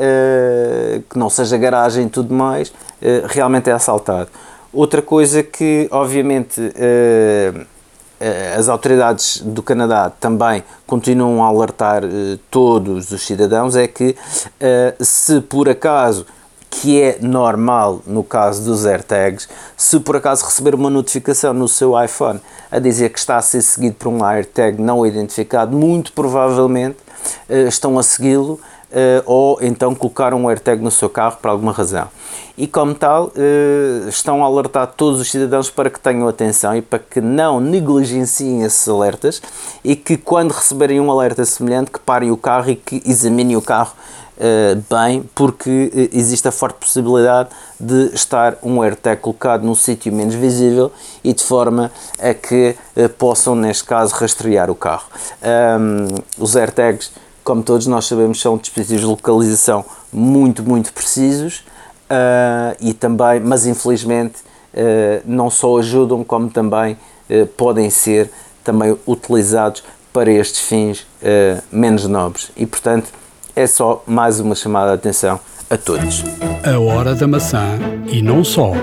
uh, que não seja garagem e tudo mais, uh, realmente é assaltado. Outra coisa que, obviamente, uh, as autoridades do Canadá também continuam a alertar uh, todos os cidadãos é que, uh, se por acaso, que é normal no caso dos AirTags, se por acaso receber uma notificação no seu iPhone a dizer que está a ser seguido por um AirTag não identificado, muito provavelmente uh, estão a segui-lo, uh, ou então colocaram um AirTag no seu carro por alguma razão. E como tal, uh, estão a alertar todos os cidadãos para que tenham atenção e para que não negligenciem esses alertas, e que quando receberem um alerta semelhante, que parem o carro e que examinem o carro uh, bem, porque uh, existe a forte possibilidade de estar um AirTag colocado num sítio menos visível e de forma a que uh, possam, neste caso, rastrear o carro. Um, os AirTags, como todos nós sabemos, são dispositivos de localização muito, muito precisos. Uh, e também, mas infelizmente uh, não só ajudam, como também uh, podem ser também utilizados para estes fins uh, menos nobres, e portanto é só mais uma chamada de atenção a todos. A hora da maçã e não só.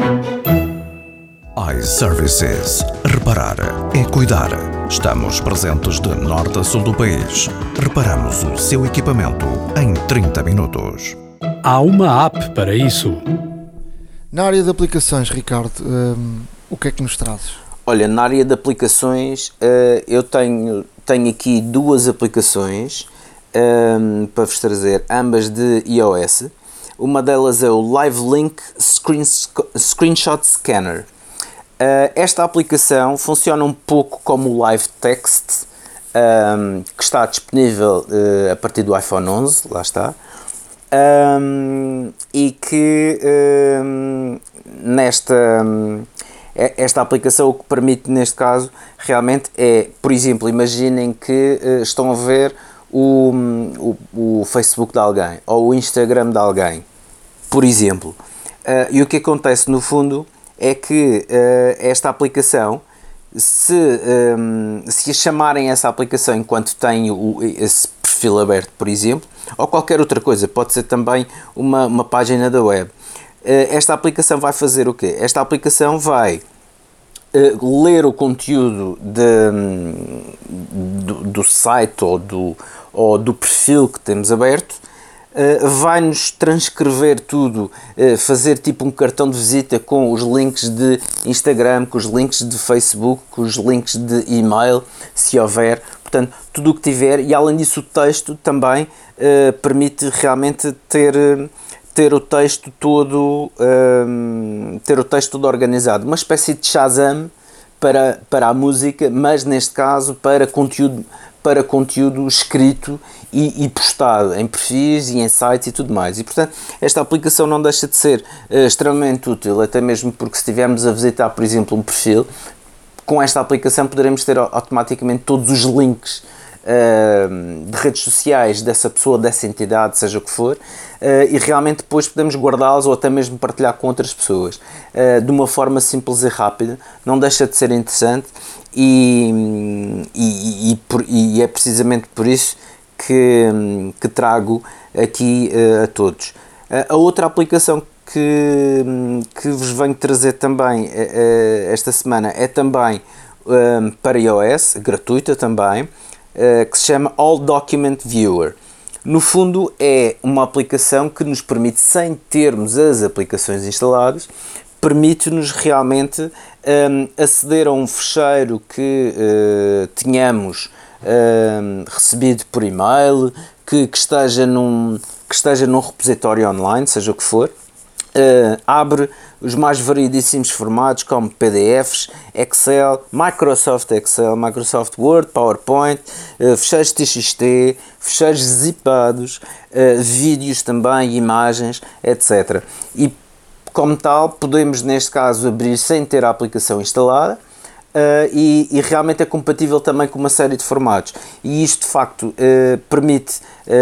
iServices. Reparar é cuidar. Estamos presentes de norte a sul do país. Reparamos o seu equipamento em trinta minutos. Há uma app para isso. Na área de aplicações, Ricardo, um, o que é que nos trazes? Olha, na área de aplicações, uh, eu tenho, tenho aqui duas aplicações um, para vos trazer, ambas de iOS. Uma delas é o LiveLink Screen, Screenshot Scanner. Uh, esta aplicação funciona um pouco como o LiveText, um, que está disponível uh, a partir do iPhone onze, lá está. Um, e que um, nesta um, esta aplicação o que permite neste caso realmente é, por exemplo, imaginem que uh, estão a ver o, o, o Facebook de alguém ou o Instagram de alguém, por exemplo, uh, e o que acontece no fundo é que uh, esta aplicação, se, um, se a chamarem essa aplicação enquanto tem o, esse perfil aberto, por exemplo, ou qualquer outra coisa, pode ser também uma, uma página da web, esta aplicação vai fazer o quê? Esta aplicação vai uh, ler o conteúdo de, do, do site ou do, ou do perfil que temos aberto, Uh, vai-nos transcrever tudo, uh, fazer tipo um cartão de visita com os links de Instagram, com os links de Facebook, com os links de e-mail, se houver, portanto, tudo o que tiver, e além disso o texto também uh, permite realmente ter, ter o texto todo uh, ter o texto todo organizado, uma espécie de Shazam para, para a música, mas neste caso para conteúdo para conteúdo escrito e, e postado em perfis e em sites e tudo mais. E, portanto, esta aplicação não deixa de ser uh, extremamente útil, até mesmo porque se estivermos a visitar, por exemplo, um perfil, com esta aplicação poderemos ter automaticamente todos os links uh, de redes sociais dessa pessoa, dessa entidade, seja o que for, uh, e realmente depois podemos guardá-los ou até mesmo partilhar com outras pessoas uh, de uma forma simples e rápida. Não deixa de ser interessante. E, e, e, por, e é precisamente por isso que, que trago aqui uh, a todos. Uh, a outra aplicação que, que vos venho trazer também uh, esta semana é também um, para iOS, gratuita também, uh, que se chama All Document Viewer. No fundo é uma aplicação que nos permite, sem termos as aplicações instaladas, permite-nos realmente um, aceder a um fecheiro que uh, tenhamos uh, recebido por e-mail, que, que, esteja num, que esteja num repositório online, seja o que for. Uh, abre os mais variedíssimos formatos como P D Fs, Excel, Microsoft Excel, Microsoft Word, PowerPoint, uh, fecheiros T X T, fecheiros zipados, uh, vídeos também, imagens, etcétera. E como tal, podemos neste caso abrir sem ter a aplicação instalada uh, e, e realmente é compatível também com uma série de formatos. E isto de facto uh, permite,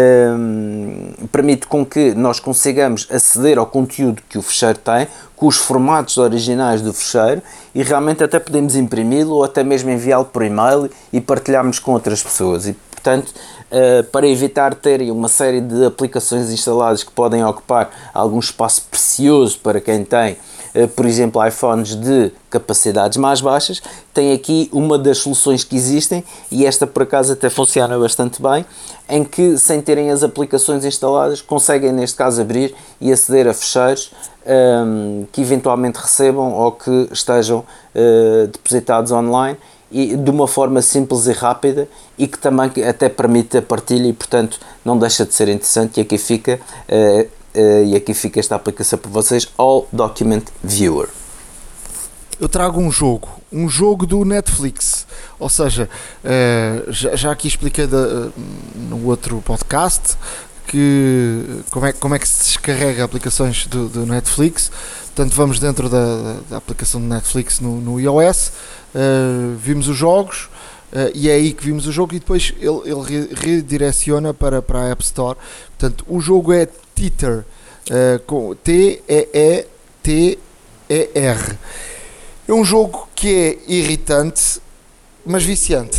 uh, permite com que nós consigamos aceder ao conteúdo que o fecheiro tem, com os formatos originais do fecheiro, e realmente até podemos imprimi-lo ou até mesmo enviá-lo por e-mail e partilharmos com outras pessoas. E, portanto, uh, para evitar terem uma série de aplicações instaladas que podem ocupar algum espaço precioso para quem tem, uh, por exemplo, iPhones de capacidades mais baixas, tem aqui uma das soluções que existem, e esta por acaso até funciona bastante bem, em que sem terem as aplicações instaladas conseguem neste caso abrir e aceder a fecheiros um, que eventualmente recebam ou que estejam uh, depositados online, e de uma forma simples e rápida, e que também até permite a partilha, e portanto não deixa de ser interessante. E aqui fica uh, uh, e aqui fica esta aplicação para vocês, All Document Viewer. Eu trago um jogo, um jogo do Netflix, ou seja, uh, já, já aqui expliquei da, uh, no outro podcast que como é, como é que se descarrega aplicações do, do Netflix. Portanto, vamos dentro da, da aplicação do Netflix no, no iOS, uh, vimos os jogos, uh, e é aí que vimos o jogo, e depois ele, ele redireciona para, para a App Store. Portanto, o jogo é Teeter, uh, com T E E T E R. É um jogo que é irritante, mas viciante.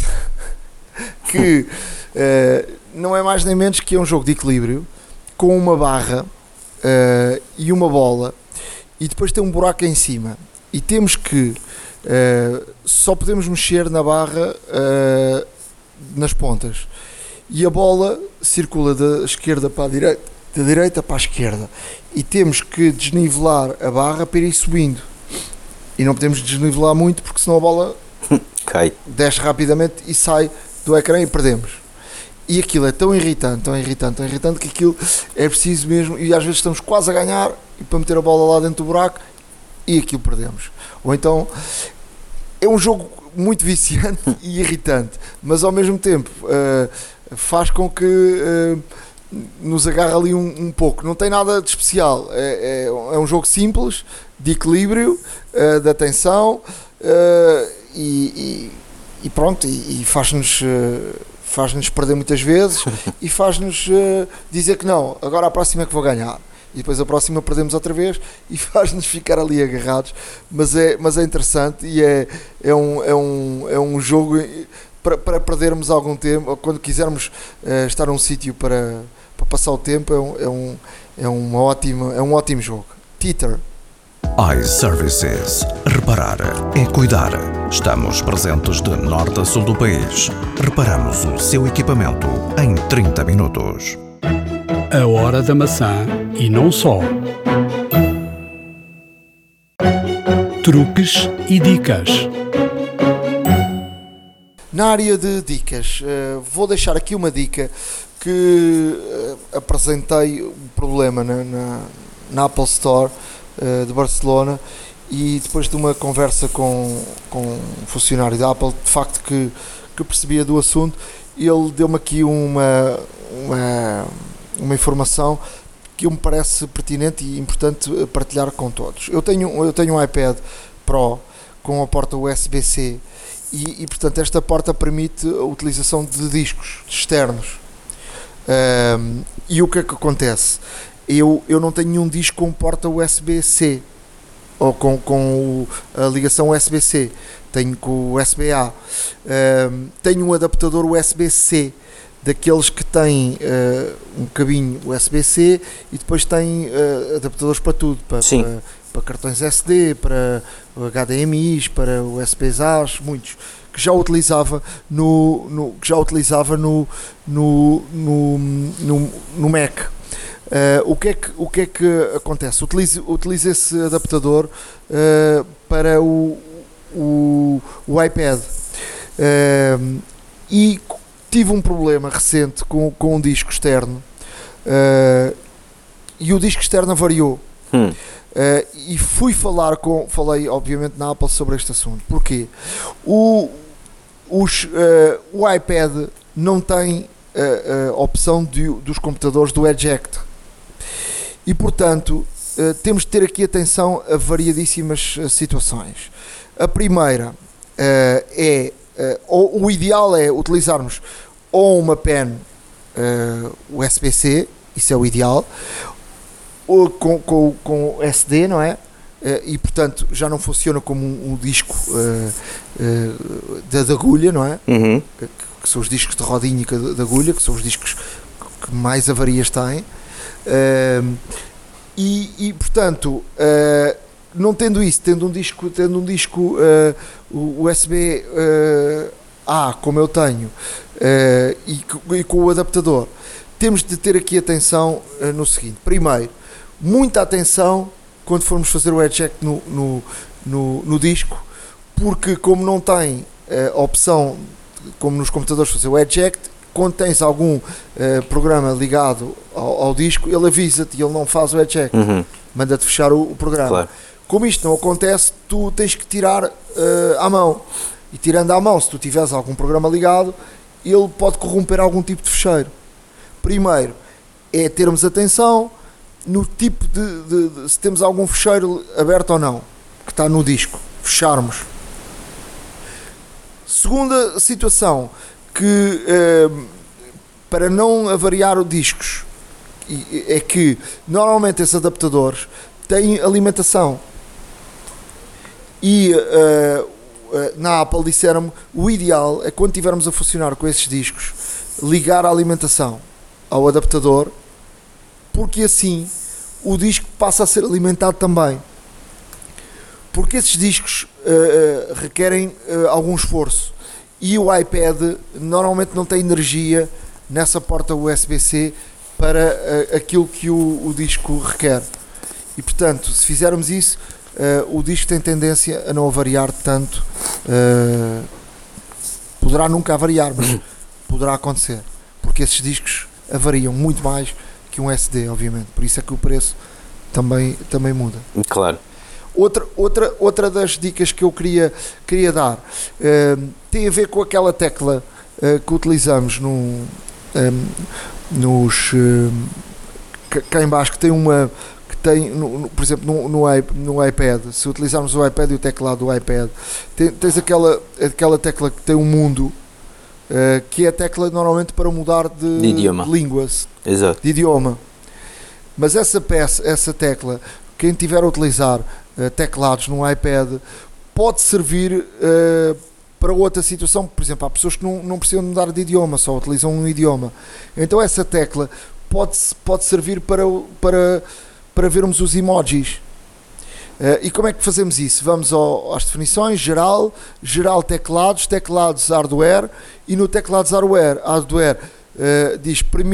Que uh, não é mais nem menos que é um jogo de equilíbrio, com uma barra uh, e uma bola, e depois tem um buraco em cima, e temos que uh, só podemos mexer na barra uh, nas pontas, e a bola circula da esquerda para a direita, da direita para a esquerda, e temos que desnivelar a barra para ir subindo, e não podemos desnivelar muito porque senão a bola okay. desce rapidamente e sai do ecrã e perdemos. E aquilo é tão irritante, tão irritante, tão irritante, que aquilo é preciso mesmo, e às vezes estamos quase a ganhar e para meter a bola lá dentro do buraco e aquilo perdemos. Ou então é um jogo muito viciante e irritante, mas ao mesmo tempo uh, faz com que uh, nos agarre ali um, um pouco. Não tem nada de especial, é, é, é um jogo simples, de equilíbrio, uh, de atenção, uh, e, e, e pronto, e, e faz-nos... Uh, faz-nos perder muitas vezes e faz-nos uh, dizer que não, agora a próxima é que vou ganhar, e depois a próxima perdemos outra vez, e faz-nos ficar ali agarrados, mas é, mas é interessante, e é, é, um, é, um, é um jogo para, para perdermos algum tempo, quando quisermos uh, estar num sítio para, para passar o tempo. É um, é, um, é, uma ótima, é um ótimo jogo. Teeter. iServices. Reparar é cuidar. Estamos presentes de norte a sul do país. Reparamos o seu equipamento em trinta minutos. A Hora da Maçã e não só. Truques e dicas. Na área de dicas, uh, vou deixar aqui uma dica que uh, apresentei um problema na, na, na Apple Store uh, de Barcelona, e depois de uma conversa com, com um funcionário da Apple, de facto que, que percebia do assunto, ele deu-me aqui uma, uma, uma informação que me parece pertinente e importante partilhar com todos. Eu tenho, eu tenho um iPad Pro com a porta U S B C e, e portanto esta porta permite a utilização de discos externos. Um, e o que é que acontece? Eu, eu não tenho nenhum disco com porta U S B C ou com, com a ligação U S B C, tenho com o U S B A. Um, tenho um adaptador U S B C, daqueles que têm uh, um cabinho U S B C e depois têm uh, adaptadores para tudo, para, para, para cartões S D, para H D M Is, para U S Bs A, muitos, que já utilizava no, no, que já utilizava no, no, no, no, no Mac. Uh, o, que é que, o que é que acontece? Utilizo, utilizo esse adaptador uh, para o, o, o iPad uh, e tive um problema recente com, com um disco externo uh, e o disco externo variou. Hum. Uh, e fui falar com, falei obviamente na Apple sobre este assunto. Porquê? O, os, uh, o iPad não tem a uh, uh, opção de, dos computadores do eject. E portanto uh, temos de ter aqui atenção a variadíssimas uh, situações. A primeira uh, é uh, o, o ideal é utilizarmos ou uma pen uh, U S B C, isso é o ideal, ou com, com, com S D, não é? Uh, e portanto já não funciona como um, um disco uh, uh, de, de agulha, não é? Uhum. Que, que são os discos de rodinha de, de agulha, que são os discos que mais avarias têm. Uh, e, e portanto uh, não tendo isso, tendo um disco, tendo um disco uh, U S B uh, A como eu tenho uh, e, e com o adaptador, temos de ter aqui atenção uh, no seguinte: primeiro, muita atenção quando formos fazer o eject no, no, no, no disco, porque como não tem uh, opção como nos computadores fazer o eject, quando tens algum uh, programa ligado ao, ao disco, ele avisa-te e ele não faz o eject, uhum. manda-te fechar o, o programa. Claro. Como isto não acontece, tu tens que tirar uh, à mão, e tirando à mão, se tu tiveres algum programa ligado, ele pode corromper algum tipo de fecheiro. Primeiro é termos atenção no tipo de, de, de se temos algum fecheiro aberto ou não, que está no disco, fecharmos. Segunda situação, que eh, para não avariar os discos, é que normalmente esses adaptadores têm alimentação e uh, uh, na Apple disseram-me o ideal é quando estivermos a funcionar com esses discos ligar a alimentação ao adaptador, porque assim o disco passa a ser alimentado também, porque esses discos uh, uh, requerem uh, algum esforço. E o iPad normalmente não tem energia nessa porta U S B C para uh, aquilo que o, o disco requer. E portanto, se fizermos isso, uh, o disco tem tendência a não avariar tanto. Uh, poderá nunca avariar, mas poderá acontecer. Porque esses discos avariam muito mais que um S D, obviamente. Por isso é que o preço também, também muda. Claro. Outra, outra, outra das dicas que eu queria, queria dar uh, tem a ver com aquela tecla uh, que utilizamos no, um, nos uh, cá em baixo, que tem uma que tem, no, no, por exemplo no, no, no iPad, se utilizarmos o iPad e o teclado do iPad, tem, tens aquela, aquela tecla que tem um mundo, uh, que é a tecla normalmente para mudar de, de idioma, de línguas. Exato. De idioma, mas essa peça, essa tecla, quem tiver a utilizar uh, teclados no iPad, pode servir uh, para outra situação. Por exemplo, há pessoas que não, não precisam mudar de idioma, só utilizam um idioma. Então essa tecla pode, pode servir para, para, para vermos os emojis. Uh, e como é que fazemos isso? Vamos ao, às definições, geral, geral teclados, teclados hardware, e no teclados hardware, hardware uh, diz imprimir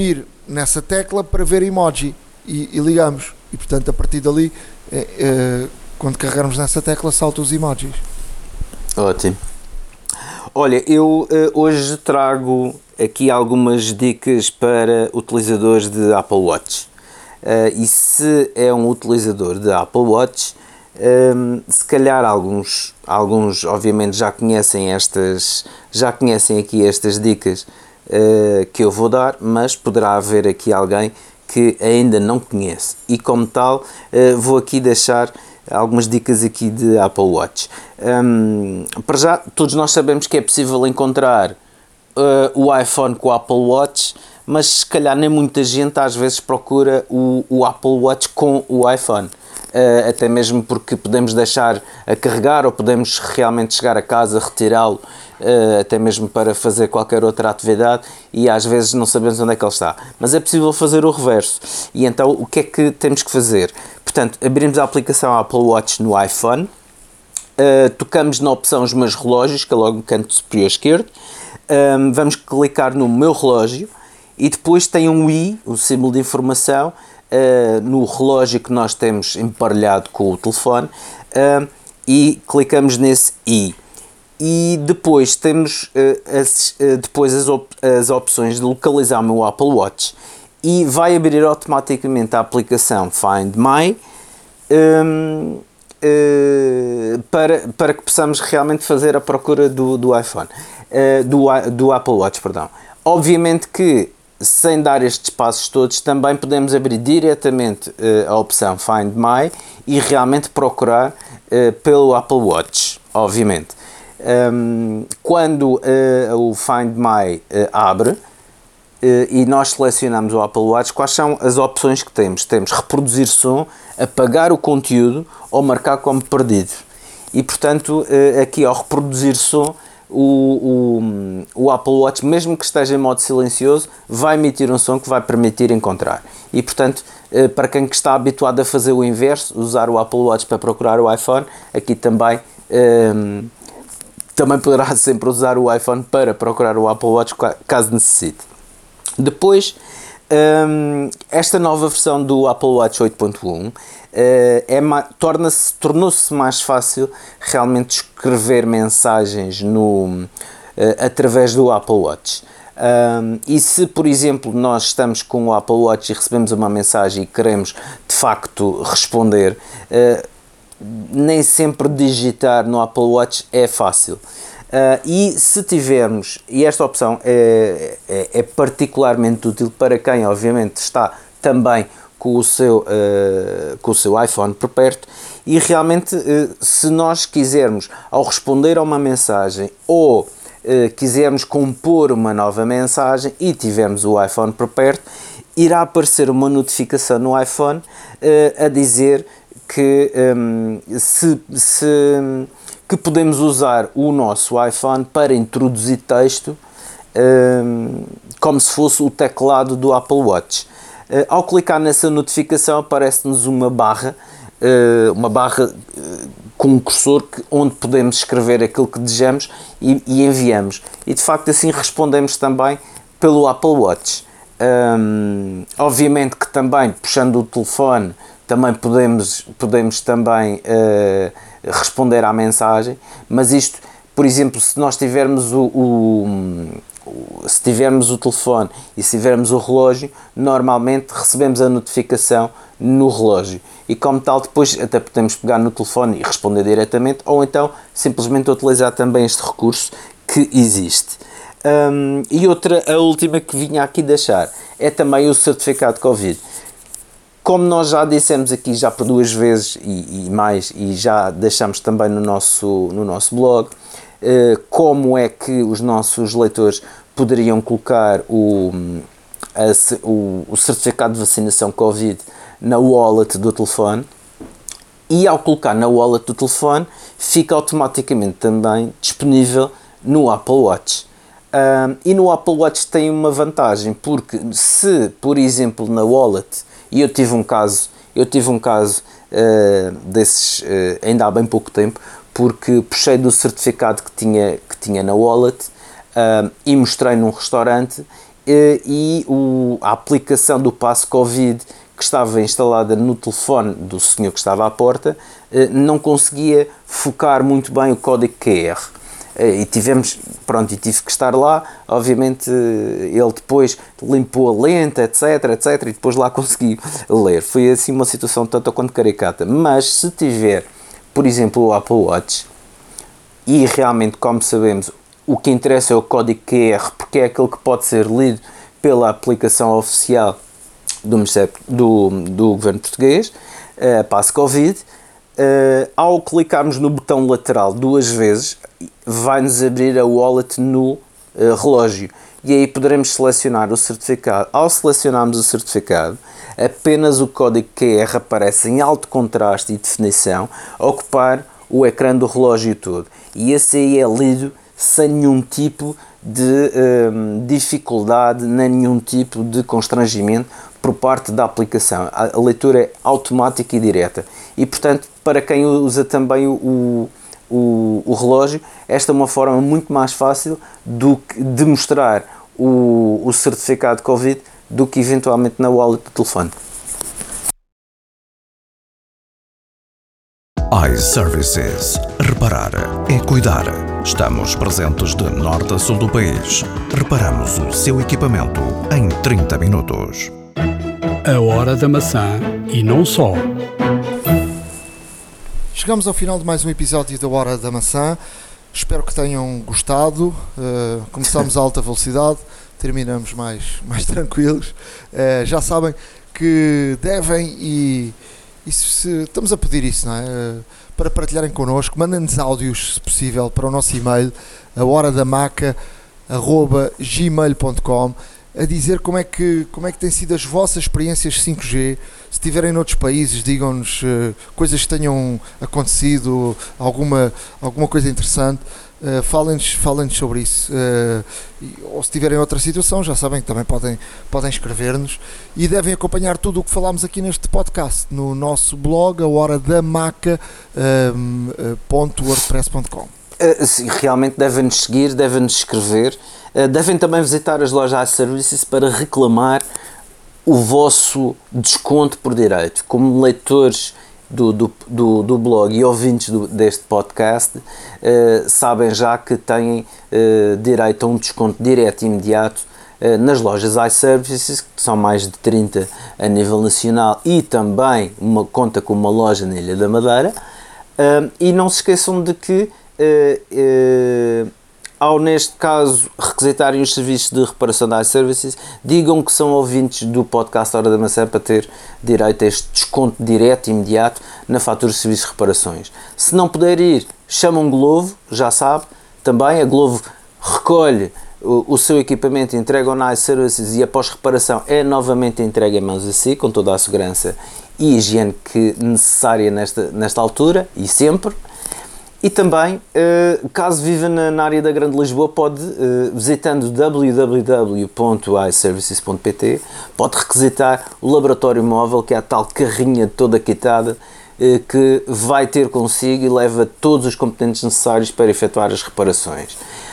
nessa tecla para ver emoji e, e ligamos. E portanto, a partir dali, é, é, quando carregarmos nessa tecla, saltam os emojis. Ótimo. Olha, eu uh, hoje trago aqui algumas dicas para utilizadores de Apple Watch. Uh, e se é um utilizador de Apple Watch, um, se calhar alguns, alguns obviamente já conhecem estas, já conhecem aqui estas dicas uh, que eu vou dar, mas poderá haver aqui alguém que ainda não conhece. E como tal, uh, vou aqui deixar algumas dicas aqui de Apple Watch. Um, para já, todos nós sabemos que é possível encontrar uh, o iPhone com o Apple Watch, mas se calhar nem muita gente às vezes procura o, o Apple Watch com o iPhone. Uh, até mesmo porque podemos deixar a carregar ou podemos realmente chegar a casa, retirá-lo, uh, até mesmo para fazer qualquer outra atividade, e às vezes não sabemos onde é que ele está. Mas é possível fazer o reverso. E então o que é que temos que fazer? Portanto, abrimos a aplicação Apple Watch no iPhone, uh, tocamos na opção Os Meus Relógios, que é logo no canto superior esquerdo, um, vamos clicar no Meu Relógio, e depois tem um i, o símbolo de informação, uh, no relógio que nós temos emparelhado com o telefone, uh, e clicamos nesse i. E depois temos uh, as, uh, depois as, op as opções de localizar o meu Apple Watch, e vai abrir automaticamente a aplicação Find My, um, uh, para, para que possamos realmente fazer a procura do, do iPhone, uh, do, do Apple Watch, perdão. Obviamente que, sem dar estes passos todos, também podemos abrir diretamente uh, a opção Find My e realmente procurar uh, pelo Apple Watch, obviamente. Um, quando uh, o Find My uh, abre, Uh, e nós selecionamos o Apple Watch, quais são as opções que temos? Temos reproduzir som, apagar o conteúdo ou marcar como perdido. E portanto, uh, aqui ao reproduzir som, o, o, o Apple Watch, mesmo que esteja em modo silencioso, vai emitir um som que vai permitir encontrar. E portanto, uh, para quem que está habituado a fazer o inverso, usar o Apple Watch para procurar o iPhone, aqui também... Um, também poderá sempre usar o iPhone para procurar o Apple Watch caso necessite. Depois, um, esta nova versão do Apple Watch oito ponto um uh, é torna-se, tornou-se mais fácil realmente escrever mensagens no, uh, através do Apple Watch. Um, e se, por exemplo, nós estamos com o Apple Watch e recebemos uma mensagem e queremos, de facto, responder, uh, nem sempre digitar no Apple Watch é fácil. Uh, e se tivermos, e esta opção é, é, é particularmente útil para quem obviamente está também com o seu, uh, com o seu iPhone por perto, e realmente uh, se nós quisermos, ao responder a uma mensagem ou uh, quisermos compor uma nova mensagem e tivermos o iPhone por perto, irá aparecer uma notificação no iPhone uh, a dizer que um, se... se que podemos usar o nosso iPhone para introduzir texto um, como se fosse o teclado do Apple Watch. Uh, ao clicar nessa notificação aparece-nos uma barra, uh, uma barra uh, com um cursor que, onde podemos escrever aquilo que desejamos e, e enviamos. E de facto assim respondemos também pelo Apple Watch. Um, obviamente que também, puxando o telefone, também podemos, podemos também uh, responder à mensagem, mas isto, por exemplo, se nós tivermos o, o, o, se tivermos o telefone e se tivermos o relógio, normalmente recebemos a notificação no relógio, e como tal depois até podemos pegar no telefone e responder diretamente, ou então simplesmente utilizar também este recurso que existe. Um, e outra, a última que vinha aqui deixar, é também o certificado de Covid. Como nós já dissemos aqui já por duas vezes e, e mais, e já deixamos também no nosso, no nosso blog, eh, como é que os nossos leitores poderiam colocar o, a, o, o certificado de vacinação Covid na wallet do telefone, e ao colocar na wallet do telefone fica automaticamente também disponível no Apple Watch. Um, e no Apple Watch tem uma vantagem, porque se, por exemplo, na wallet, e eu tive um caso, eu tive um caso uh, desses uh, ainda há bem pouco tempo, porque puxei do certificado que tinha, que tinha na wallet uh, e mostrei num restaurante, uh, e o, a aplicação do passe Covid que estava instalada no telefone do senhor que estava à porta não conseguia focar muito bem o código Q R. E tivemos, pronto, e tive que estar lá, obviamente ele depois limpou a lente, etc, etc, e depois lá consegui ler. Foi assim uma situação tanto quanto caricata, mas se tiver, por exemplo, o Apple Watch, e realmente, como sabemos, o que interessa é o código Q R, porque é aquele que pode ser lido pela aplicação oficial do, do, do governo português, a Passe Covid. Uh, ao clicarmos no botão lateral duas vezes, vai-nos abrir a wallet no uh, relógio e aí poderemos selecionar o certificado. Ao selecionarmos o certificado, apenas o código Q R aparece em alto contraste e definição a ocupar o ecrã do relógio todo, e esse aí é lido sem nenhum tipo de um, dificuldade, nem nenhum tipo de constrangimento por parte da aplicação. A leitura é automática e direta e, portanto, para quem usa também o, o, o relógio, esta é uma forma muito mais fácil do que, de mostrar o, o certificado Covid do que eventualmente na wallet do telefone. iServices. Reparar é cuidar. Estamos presentes de norte a sul do país. Reparamos o seu equipamento em trinta minutos. A hora da maçã e não só. Chegamos ao final de mais um episódio da Hora da Maçã. Espero que tenham gostado. Uh, começamos a alta velocidade, terminamos mais, mais tranquilos. Uh, já sabem que devem e, e se, estamos a pedir isso, não é? Uh, para partilharem connosco, mandem-nos áudios, se possível, para o nosso e-mail, a hora da maca arroba gmail ponto com, a dizer como é, que, como é que têm sido as vossas experiências cinco G. Se estiverem noutros países, digam-nos uh, coisas que tenham acontecido, alguma, alguma coisa interessante, uh, falem-nos, falem-nos sobre isso. Uh, e, ou se tiverem outra situação, já sabem que também podem, podem escrever-nos e devem acompanhar tudo o que falámos aqui neste podcast no nosso blog, a hora da maca ponto wordpress ponto com. Uh, sim, realmente devem-nos seguir, devem-nos escrever, uh, devem também visitar as lojas iServices para reclamar o vosso desconto por direito. Como leitores do, do, do, do blog e ouvintes do, deste podcast, uh, sabem já que têm uh, direito a um desconto direto e imediato uh, nas lojas iServices, que são mais de trinta a nível nacional, e também uma, conta com uma loja na Ilha da Madeira. Uh, e não se esqueçam de que Uh, uh, ao neste caso requisitarem os serviços de reparação da iServices, digam que são ouvintes do podcast Hora da Maçã para ter direito a este desconto direto e imediato na fatura de serviços de reparações. Se não puder ir, chamam Glovo, já sabe, também a Glovo recolhe o, o seu equipamento, entrega na iServices e após reparação é novamente entregue em mãos a si, com toda a segurança e higiene que necessária nesta, nesta altura e sempre. E também, caso viva na área da Grande Lisboa, pode, visitando w w w ponto i services ponto p t, pode requisitar o laboratório móvel, que é a tal carrinha toda quitada, que vai ter consigo e leva todos os componentes necessários para efetuar as reparações.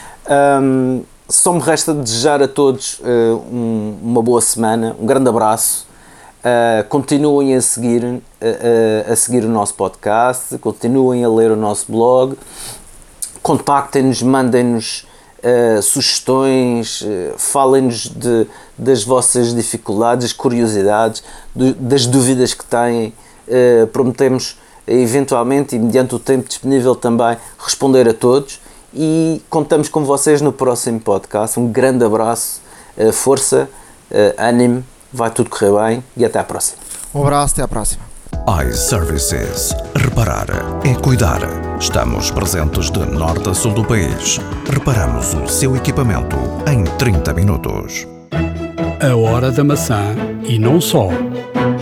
Um, só me resta desejar a todos um, uma boa semana, um grande abraço. Uh, continuem a seguir, uh, uh, a seguir o nosso podcast, continuem a ler o nosso blog, contactem-nos, mandem-nos uh, sugestões, uh, falem-nos de, das vossas dificuldades, curiosidades, do, das dúvidas que têm. Uh, prometemos, eventualmente, e mediante o tempo disponível também, responder a todos e contamos com vocês no próximo podcast. Um grande abraço, uh, força, uh, ânimo. Vai tudo correr bem e até à próxima. Um abraço, até à próxima. iServices. Reparar é cuidar. Estamos presentes de norte a sul do país. Reparamos o seu equipamento em trinta minutos. A hora da maçã e não só.